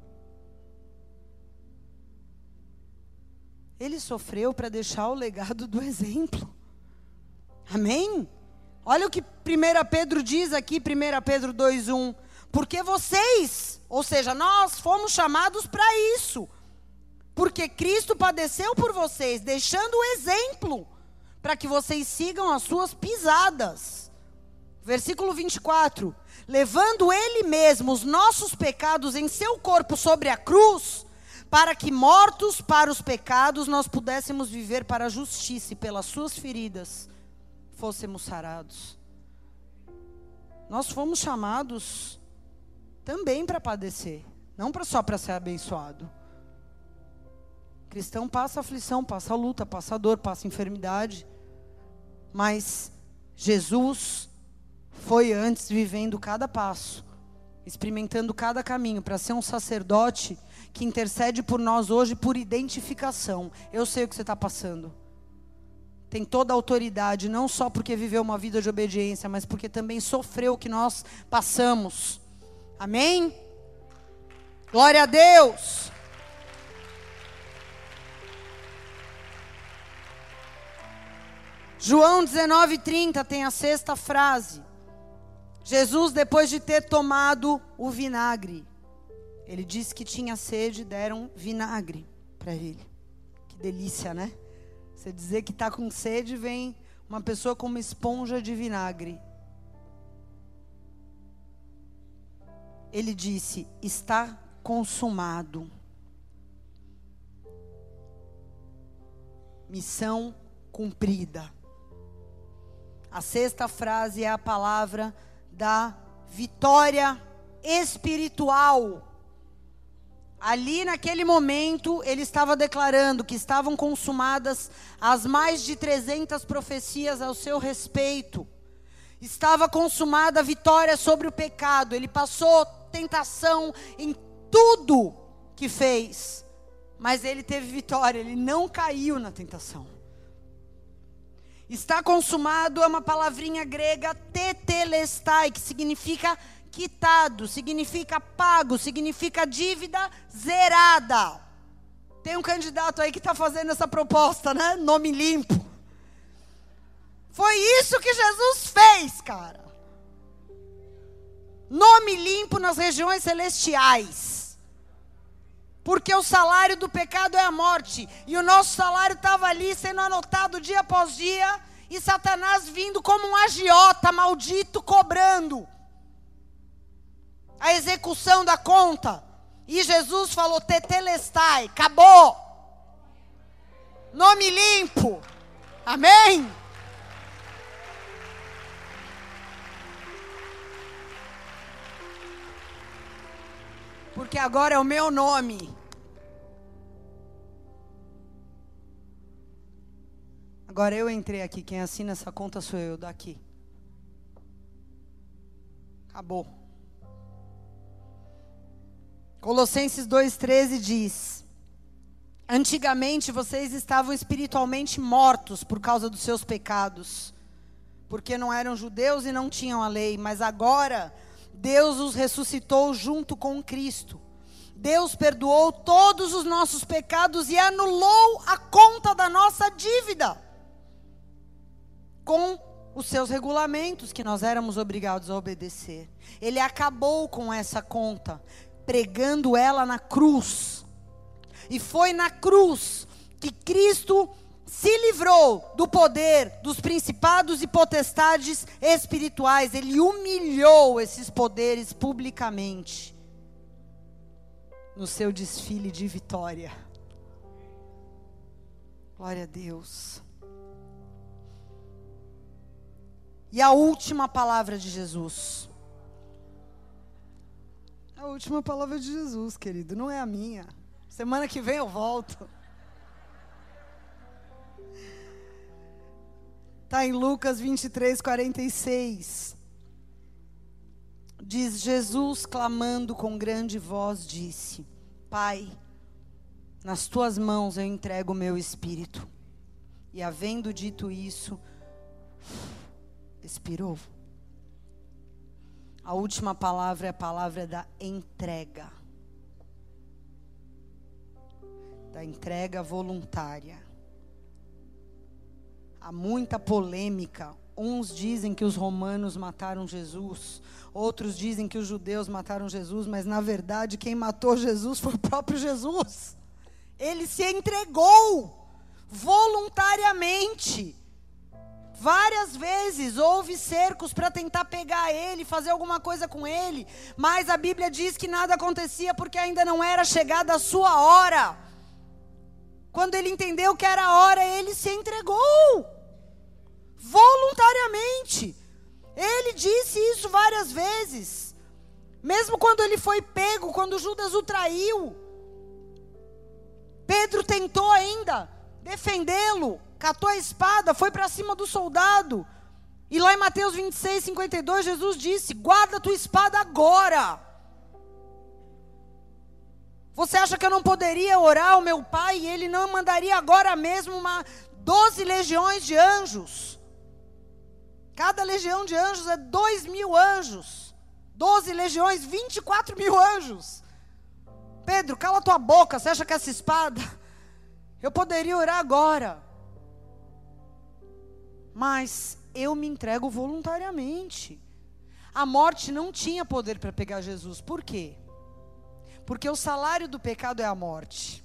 Ele sofreu para deixar o legado do exemplo. Amém? Olha o que primeira Pedro diz aqui, primeira Pedro dois, um. Porque vocês, ou seja, nós fomos chamados para isso. Porque Cristo padeceu por vocês, deixando o exemplo, para que vocês sigam as suas pisadas. Versículo vinte e quatro. Levando Ele mesmo os nossos pecados em seu corpo sobre a cruz, para que mortos para os pecados nós pudéssemos viver para a justiça, e pelas suas feridas fôssemos sarados. Nós fomos chamados também para padecer, não pra, só para ser abençoado. O cristão passa aflição, passa luta, passa dor, passa enfermidade, mas Jesus foi antes vivendo cada passo, experimentando cada caminho, para ser um sacerdote que intercede por nós hoje por identificação. Eu sei o que você está passando. Tem toda a autoridade, não só porque viveu uma vida de obediência, mas porque também sofreu o que nós passamos. Amém? Glória a Deus! João dezenove, trinta tem a sexta frase. Jesus, depois de ter tomado o vinagre, ele disse que tinha sede, deram vinagre para ele. Que delícia, né? Você dizer que está com sede, vem uma pessoa com uma esponja de vinagre. Ele disse, está consumado. Missão cumprida. A sexta frase é a palavra da vitória espiritual. Ali naquele momento, ele estava declarando que estavam consumadas as mais de trezentas profecias ao seu respeito. Estava consumada a vitória sobre o pecado. Ele passou tentação em tudo que fez, mas ele teve vitória, ele não caiu na tentação. Está consumado é uma palavrinha grega tetelestai, que significa quitado, significa pago, significa dívida zerada. Tem um candidato aí que está fazendo essa proposta, né? Nome limpo. Foi isso que Jesus fez, cara. Nome limpo nas regiões celestiais. Porque o salário do pecado é a morte. E o nosso salário estava ali sendo anotado dia após dia. E Satanás vindo como um agiota maldito cobrando a execução da conta. E Jesus falou, tetelestai, acabou. Nome limpo. Amém? Porque agora é o meu nome. Agora eu entrei aqui, quem assina essa conta sou eu, daqui. Acabou. Colossenses dois, treze diz: antigamente vocês estavam espiritualmente mortos por causa dos seus pecados, porque não eram judeus e não tinham a lei, mas agora Deus os ressuscitou junto com Cristo. Deus perdoou todos os nossos pecados e anulou a conta da nossa dívida com os seus regulamentos que nós éramos obrigados a obedecer. Ele acabou com essa conta, pregando ela na cruz. E foi na cruz que Cristo se livrou do poder dos principados e potestades espirituais. Ele humilhou esses poderes publicamente no seu desfile de vitória. Glória a Deus. E a última palavra de Jesus. A última palavra de Jesus, querido, não é a minha. Semana que vem eu volto. Está em Lucas vinte e três, quarenta e seis. Diz: Jesus, clamando com grande voz, disse: Pai, nas tuas mãos eu entrego o meu espírito. E havendo dito isso, expirou. A última palavra é a palavra da entrega. Da entrega voluntária. Há muita polêmica. Uns dizem que os romanos mataram Jesus, outros dizem que os judeus mataram Jesus, mas na verdade quem matou Jesus foi o próprio Jesus. Ele se entregou voluntariamente. Várias vezes houve cercos para tentar pegar ele, fazer alguma coisa com ele, mas a Bíblia diz que nada acontecia porque ainda não era chegada a sua hora. Quando ele entendeu que era a hora, ele se entregou voluntariamente. Ele disse isso várias vezes. Mesmo quando ele foi pego, quando Judas o traiu, Pedro tentou ainda defendê-lo, catou a espada, foi para cima do soldado. E lá em Mateus vinte e seis, cinquenta e dois, Jesus disse: guarda a tua espada agora. Você acha que eu não poderia orar ao meu pai e ele não mandaria agora mesmo uma doze legiões de anjos? Cada legião de anjos é dois mil anjos. Doze legiões, vinte e quatro mil anjos. Pedro, cala tua boca, você acha que essa espada, eu poderia orar agora? Mas eu me entrego voluntariamente. A morte não tinha poder para pegar Jesus. Por quê? Porque o salário do pecado é a morte.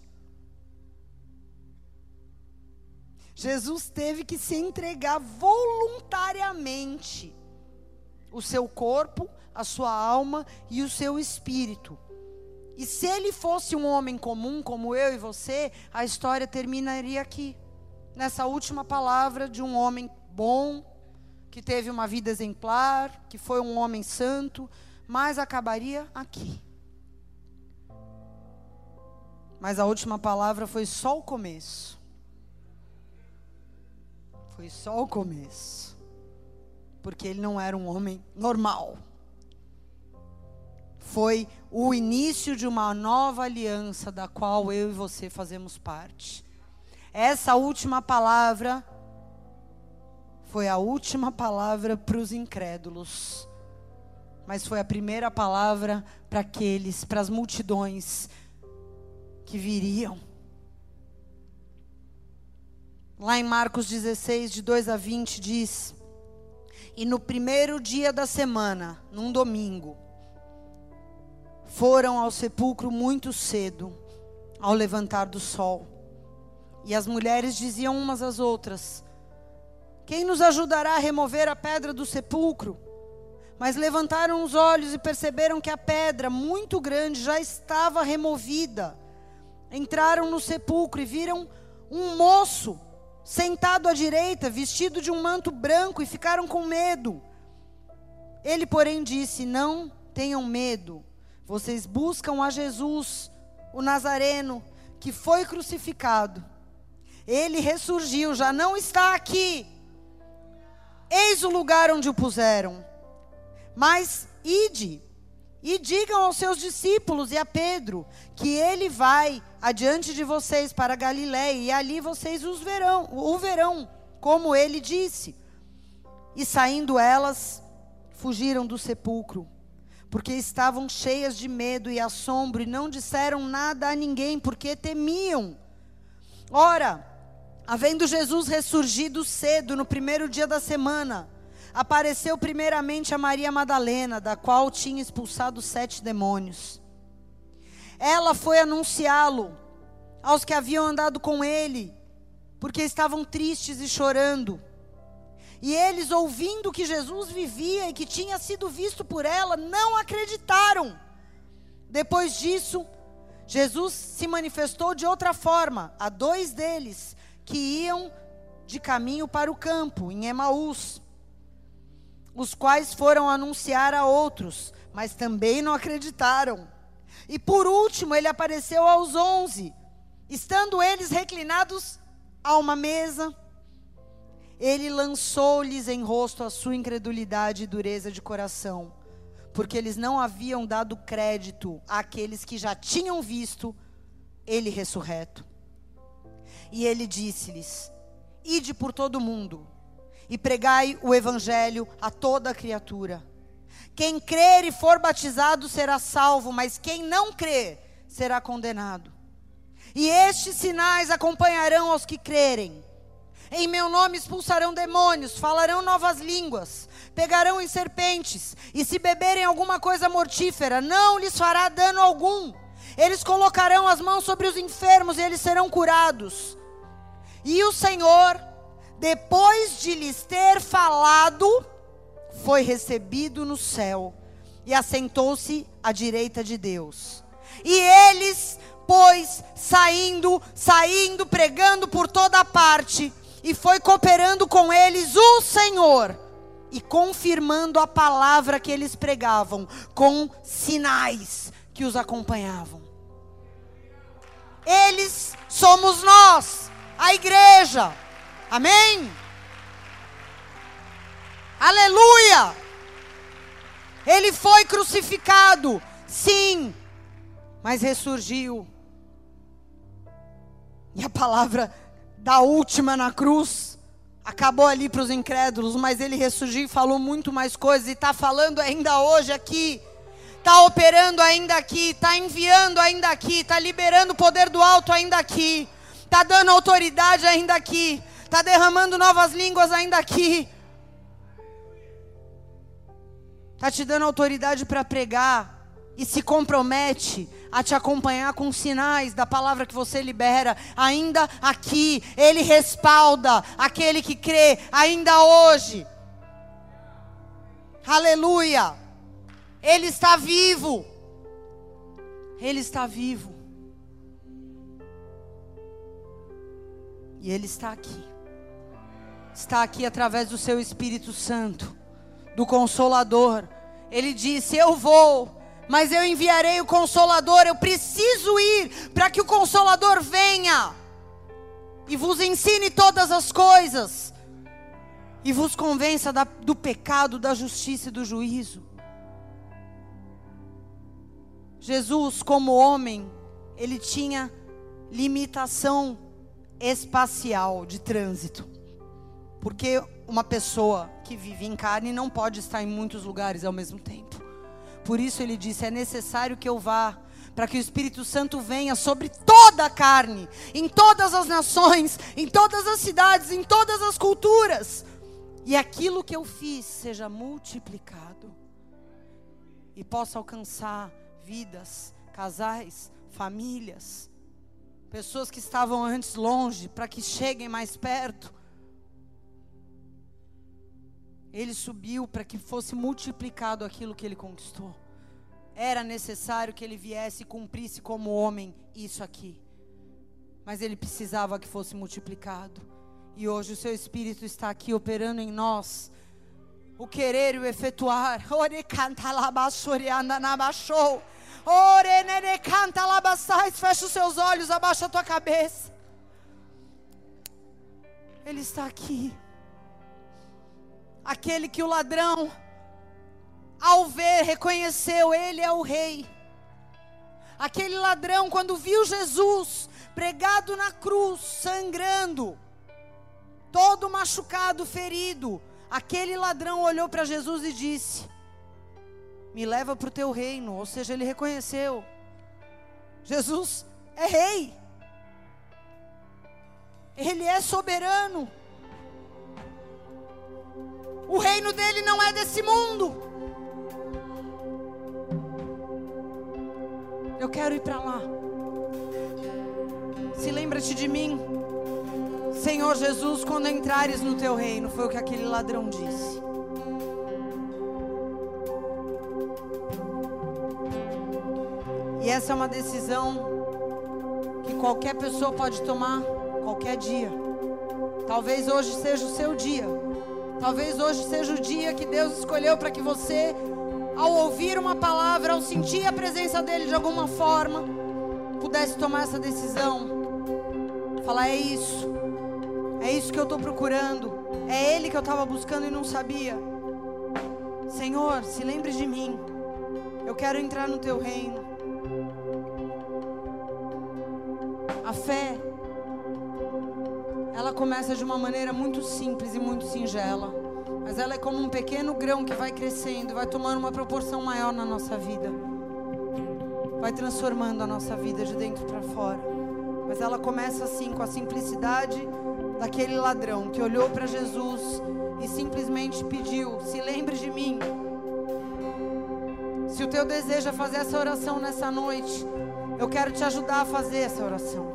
Jesus teve que se entregar voluntariamente. O seu corpo, a sua alma e o seu espírito. E se ele fosse um homem comum, como eu e você, a história terminaria aqui. Nessa última palavra de um homem bom, que teve uma vida exemplar, que foi um homem santo, mas acabaria aqui. Mas a última palavra foi só o começo. Foi só o começo. Porque ele não era um homem normal. Foi o início de uma nova aliança da qual eu e você fazemos parte. Essa última palavra foi a última palavra para os incrédulos. Mas foi a primeira palavra para aqueles, para as multidões que viriam. Lá em Marcos dezesseis, de dois a vinte, diz: e no primeiro dia da semana, num domingo, foram ao sepulcro muito cedo, ao levantar do sol. E as mulheres diziam umas às outras: quem nos ajudará a remover a pedra do sepulcro? Mas levantaram os olhos e perceberam que a pedra, muito grande, já estava removida. Entraram no sepulcro e viram um moço sentado à direita, vestido de um manto branco, e ficaram com medo. Ele, porém, disse: não tenham medo. vocês buscam a Jesus, o Nazareno, que foi crucificado. Ele ressurgiu, já não está aqui. Eis o lugar onde o puseram. Mas ide, e digam aos seus discípulos e a Pedro, que ele vai adiante de vocês para Galiléia, e ali vocês os verão, o verão, como ele disse. E saindo elas, fugiram do sepulcro, porque estavam cheias de medo e assombro, e não disseram nada a ninguém, porque temiam. Ora, havendo Jesus ressurgido cedo, no primeiro dia da semana, apareceu primeiramente a Maria Madalena, da qual tinha expulsado sete demônios. Ela foi anunciá-lo aos que haviam andado com ele, porque estavam tristes e chorando. E eles, ouvindo que Jesus vivia e que tinha sido visto por ela, não acreditaram. Depois disso, Jesus se manifestou de outra forma a dois deles, que iam de caminho para o campo, em Emaús, os quais foram anunciar a outros, mas também não acreditaram. E por último, ele apareceu aos onze, estando eles reclinados a uma mesa. Ele lançou-lhes em rosto a sua incredulidade e dureza de coração, porque eles não haviam dado crédito àqueles que já tinham visto ele ressurreto. E ele disse-lhes: ide por todo o mundo, e pregai o evangelho a toda criatura. Quem crer e for batizado será salvo, mas quem não crer será condenado. E estes sinais acompanharão aos que crerem. Em meu nome expulsarão demônios, falarão novas línguas, pegarão em serpentes, e se beberem alguma coisa mortífera, não lhes fará dano algum. Eles colocarão as mãos sobre os enfermos e eles serão curados. E o Senhor, depois de lhes ter falado, foi recebido no céu e assentou-se à direita de Deus. E eles, pois, saindo, saindo, pregando por toda parte, e foi cooperando com eles o Senhor, e confirmando a palavra que eles pregavam, com sinais que os acompanhavam. Eles somos nós, a igreja. Amém? Aleluia! Ele foi crucificado, sim, mas ressurgiu. E a palavra da última na cruz acabou ali para os incrédulos, mas ele ressurgiu e falou muito mais coisas, e está falando ainda hoje aqui, está operando ainda aqui, está enviando ainda aqui, está liberando o poder do alto ainda aqui, está dando autoridade ainda aqui, está derramando novas línguas ainda aqui, está te dando autoridade para pregar, e se compromete a te acompanhar com sinais da palavra que você libera, ainda aqui. Ele respalda aquele que crê, ainda hoje. Aleluia! Ele está vivo. Ele está vivo. E Ele está aqui. Está aqui através do seu Espírito Santo, do Consolador. Ele disse: eu vou, mas eu enviarei o Consolador. Eu preciso ir para que o Consolador venha e vos ensine todas as coisas, e vos convença da, do pecado, da justiça e do juízo. Jesus, como homem, ele tinha limitação espacial de trânsito, porque uma pessoa que vive em carne não pode estar em muitos lugares ao mesmo tempo. Por isso ele disse: é necessário que eu vá, para que o Espírito Santo venha sobre toda a carne, em todas as nações, em todas as cidades, em todas as culturas, e aquilo que eu fiz seja multiplicado, e possa alcançar vidas, casais, famílias, pessoas que estavam antes longe, para que cheguem mais perto. Ele subiu para que fosse multiplicado aquilo que ele conquistou. Era necessário que ele viesse e cumprisse como homem isso aqui, mas ele precisava que fosse multiplicado. E hoje o seu Espírito está aqui operando em nós, o querer e o efetuar. Orenere canta labassais, fecha os seus olhos, abaixa a tua cabeça. Ele está aqui. Aquele que o ladrão, ao ver, reconheceu, ele é o rei. Aquele ladrão, quando viu Jesus pregado na cruz, sangrando, todo machucado, ferido, aquele ladrão olhou para Jesus e disse: me leva para o teu reino. Ou seja, ele reconheceu, Jesus é rei, ele é soberano, o reino dele não é desse mundo. Eu quero ir para lá. Se lembra-te de mim, Senhor Jesus, quando entrares no teu reino. Foi o que aquele ladrão disse. E essa é uma decisão que qualquer pessoa pode tomar qualquer dia. Talvez hoje seja o seu dia. Talvez hoje seja o dia que Deus escolheu para que você, ao ouvir uma palavra, ao sentir a presença dele de alguma forma, pudesse tomar essa decisão. Falar: é isso, é isso que eu estou procurando, é ele que eu estava buscando e não sabia. Senhor, se lembre de mim, eu quero entrar no teu reino. A fé, ela começa de uma maneira muito simples e muito singela, mas ela é como um pequeno grão que vai crescendo, vai tomando uma proporção maior na nossa vida, vai transformando a nossa vida de dentro para fora. Mas ela começa assim, com a simplicidade daquele ladrão que olhou para Jesus e simplesmente pediu: se lembre de mim. Se o teu desejo é fazer essa oração nessa noite, eu quero te ajudar a fazer essa oração.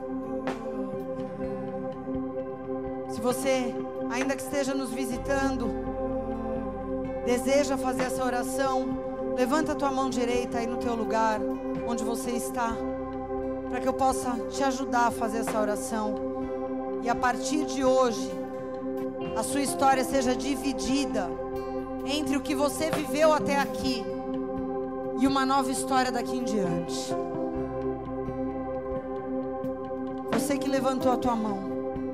Se você, ainda que esteja nos visitando, deseja fazer essa oração, levanta a tua mão direita aí no teu lugar, onde você está, para que eu possa te ajudar a fazer essa oração. E a partir de hoje, a sua história seja dividida entre o que você viveu até aqui e uma nova história daqui em diante. Você que levantou a tua mão,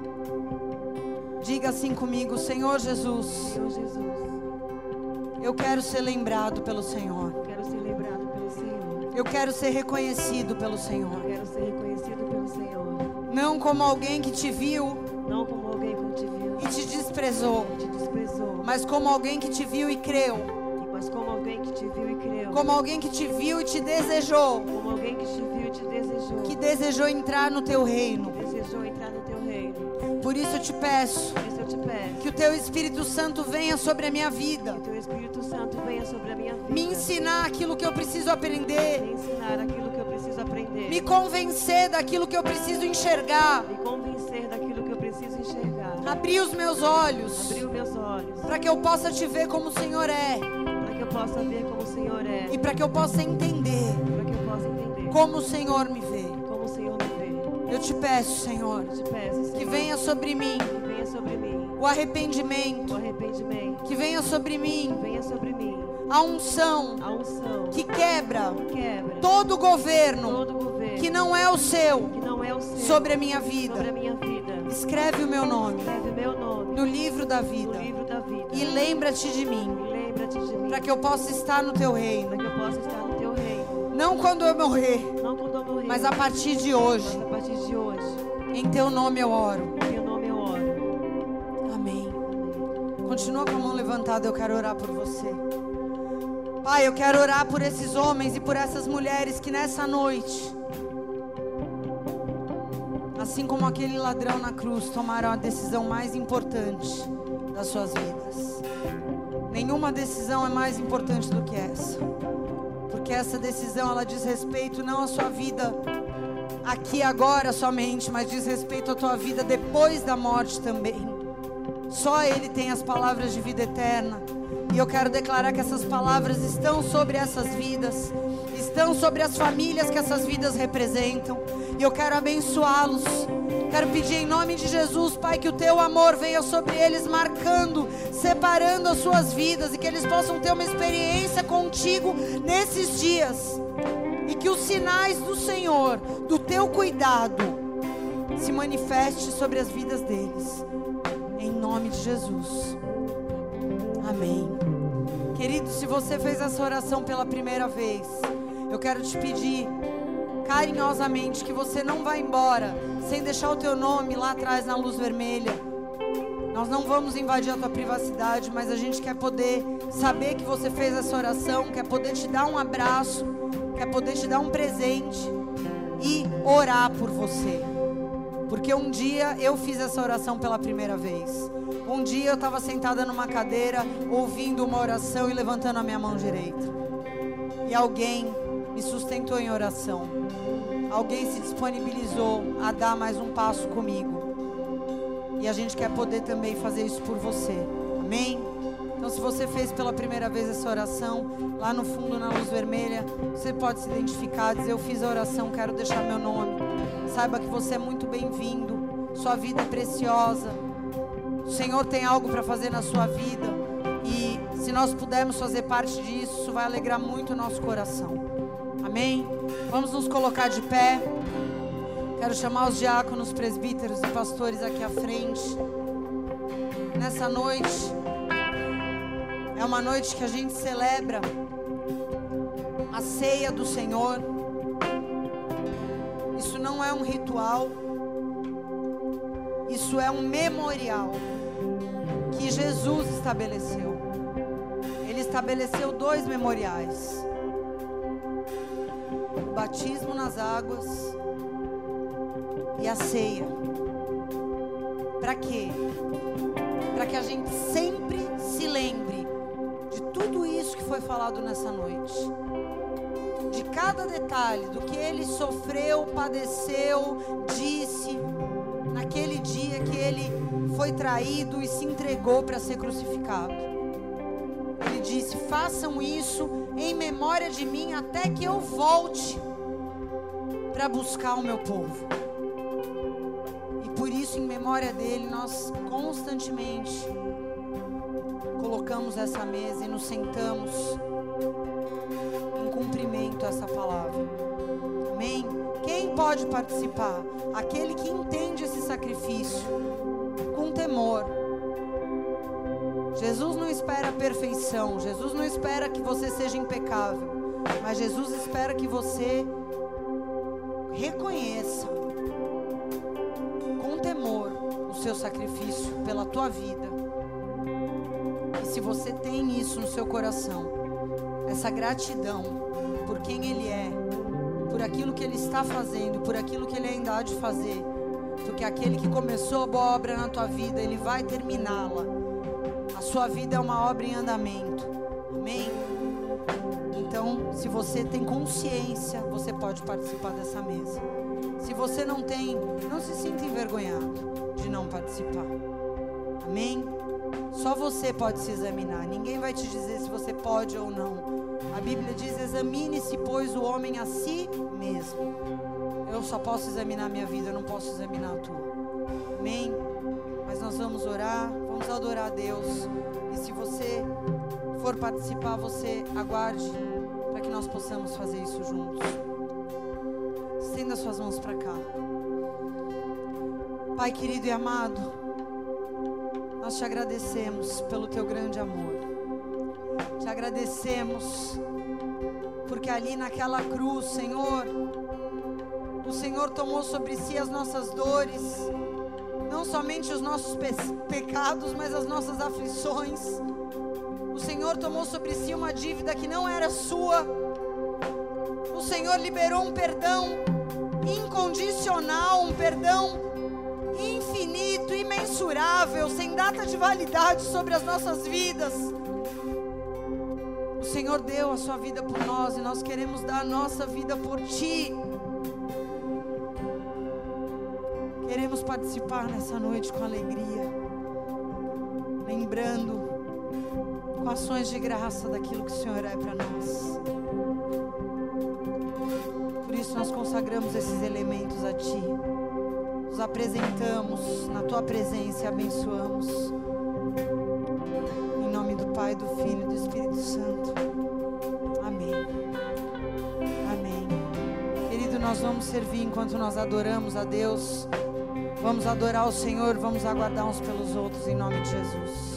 diga assim comigo: Senhor Jesus, Senhor Jesus, eu quero ser lembrado pelo Senhor. quero ser lembrado pelo Senhor. Eu quero ser reconhecido pelo Senhor. Quero ser reconhecido pelo Senhor. Não como alguém que te viu Não como alguém que te viu e te desprezou, e te desprezou, mas como alguém que te viu e creu. mas como alguém que te viu e creu. Como alguém que te viu e te desejou. Como alguém que te viu e te desejou. Que desejou entrar no teu reino. Desejou entrar no teu reino. Por isso eu te peço Por isso eu te peço que o teu Espírito Santo venha sobre a minha vida. que o teu Espírito Santo venha sobre a minha vida. Me ensinar aquilo que eu preciso aprender. Me ensinar aquilo que eu preciso aprender. Me convencer daquilo que eu preciso enxergar. Me convencer daquilo que eu preciso enxergar. Abrir os meus olhos. Abrir os meus olhos. Para que eu possa te ver como o Senhor é. Para que eu possa ver como o Senhor é. E para que eu possa entender Para que eu possa entender como o Senhor me vê. como o Senhor me vê. Eu te peço, Senhor, Eu te peço, Senhor, que venha sobre mim que venha sobre mim o arrependimento. o arrependimento. Que venha sobre mim Venha sobre mim a unção a unção que quebra que quebra todo governo todo governo que não é o seu que não é o seu sobre a minha sobre a vida. minha vida. Escreve o meu nome Escreve meu nome no livro da no vida livro da vida. e lembra-te de mim, E lembra-te de mim para que eu possa estar no teu para reino. que eu possa estar no teu reino. Não quando eu morrer, Não quando eu morrer, mas a partir de mas hoje. a partir de hoje. Em teu nome eu oro. Em teu nome eu oro. Amém. Continua com a mão levantada, eu quero orar por você. Pai, eu quero orar por esses homens e por essas mulheres que nessa noite, assim como aquele ladrão na cruz, tomaram a decisão mais importante das suas vidas. Nenhuma decisão é mais importante do que essa. Porque essa decisão, ela diz respeito não à sua vida aqui agora somente, mas diz respeito à tua vida depois da morte também. Só Ele tem as palavras de vida eterna. E eu quero declarar que essas palavras estão sobre essas vidas, estão sobre as famílias que essas vidas representam. E eu quero abençoá-los. Quero pedir em nome de Jesus, Pai, que o teu amor venha sobre eles, marcando, separando as suas vidas, e que eles possam ter uma experiência contigo nesses dias. E que os sinais do Senhor, do teu cuidado, se manifeste sobre as vidas deles. Em nome de Jesus. Amém. Querido, se você fez essa oração pela primeira vez, eu quero te pedir carinhosamente que você não vá embora sem deixar o teu nome lá atrás na luz vermelha. Nós não vamos invadir a tua privacidade, mas a gente quer poder saber que você fez essa oração, quer poder te dar um abraço, quer poder te dar um presente e orar por você. Porque um dia eu fiz essa oração pela primeira vez. Um dia eu estava sentada numa cadeira, ouvindo uma oração e levantando a minha mão direita. E alguém me sustentou em oração. Alguém se disponibilizou a dar mais um passo comigo. E a gente quer poder também fazer isso por você. Amém? Então, se você fez pela primeira vez essa oração, lá no fundo, na luz vermelha, você pode se identificar, dizer: eu fiz a oração, quero deixar meu nome. Saiba que você é muito bem-vindo. Sua vida é preciosa. O Senhor tem algo para fazer na sua vida. E se nós pudermos fazer parte disso, isso vai alegrar muito o nosso coração. Amém? Vamos nos colocar de pé. Quero chamar os diáconos, presbíteros e pastores aqui à frente. Nessa noite, é uma noite que a gente celebra a ceia do Senhor. Isso não é um ritual, isso é um memorial que Jesus estabeleceu. Ele estabeleceu dois memoriais: o batismo nas águas e a ceia. Para quê? Para que a gente sempre se lembre de tudo isso que foi falado nessa noite, de cada detalhe do que ele sofreu, padeceu, disse naquele dia que ele foi traído e se entregou para ser crucificado. Ele disse: façam isso em memória de mim até que eu volte para buscar o meu povo. E por isso, em memória dele, nós constantemente colocamos essa mesa e nos sentamos em cumprimento a essa palavra. Amém? Quem pode participar? Aquele que entende esse sacrifício com temor. Jesus não espera a perfeição, Jesus não espera que você seja impecável, mas Jesus espera que você reconheça com temor o seu sacrifício pela tua vida. E se você tem isso no seu coração, essa gratidão por quem Ele é, por aquilo que Ele está fazendo, por aquilo que Ele ainda há de fazer, porque aquele que começou a boa obra na tua vida, Ele vai terminá-la. A sua vida é uma obra em andamento. Amém? Então, se você tem consciência, você pode participar dessa mesa. Se você não tem, não se sinta envergonhado de não participar. Amém? Só você pode se examinar. Ninguém vai te dizer se você pode ou não. A Bíblia diz: examine-se, pois, o homem a si mesmo. Eu só posso examinar a minha vida, eu não posso examinar a tua. Amém? Mas nós vamos orar, vamos adorar a Deus. E se você for participar, você aguarde para que nós possamos fazer isso juntos. Estenda suas mãos para cá. Pai querido e amado, nós te agradecemos pelo teu grande amor. Te agradecemos porque ali naquela cruz, Senhor, o Senhor tomou sobre si as nossas dores, não somente os nossos pe- pecados, mas as nossas aflições. O Senhor tomou sobre si uma dívida que não era sua. O Senhor liberou um perdão incondicional, um perdão infinito, imensurável, sem data de validade sobre as nossas vidas. O Senhor deu a sua vida por nós e nós queremos dar a nossa vida por Ti. Queremos participar nessa noite com alegria, lembrando com ações de graça daquilo que o Senhor é para nós. Por isso nós consagramos esses elementos a Ti, nos apresentamos na Tua presença e abençoamos. Em nome do Pai, do Filho e do Espírito Santo. Amém. Amém. nós vamos servir enquanto nós adoramos a Deus. Vamos adorar o Senhor, vamos aguardar uns pelos outros em nome de Jesus.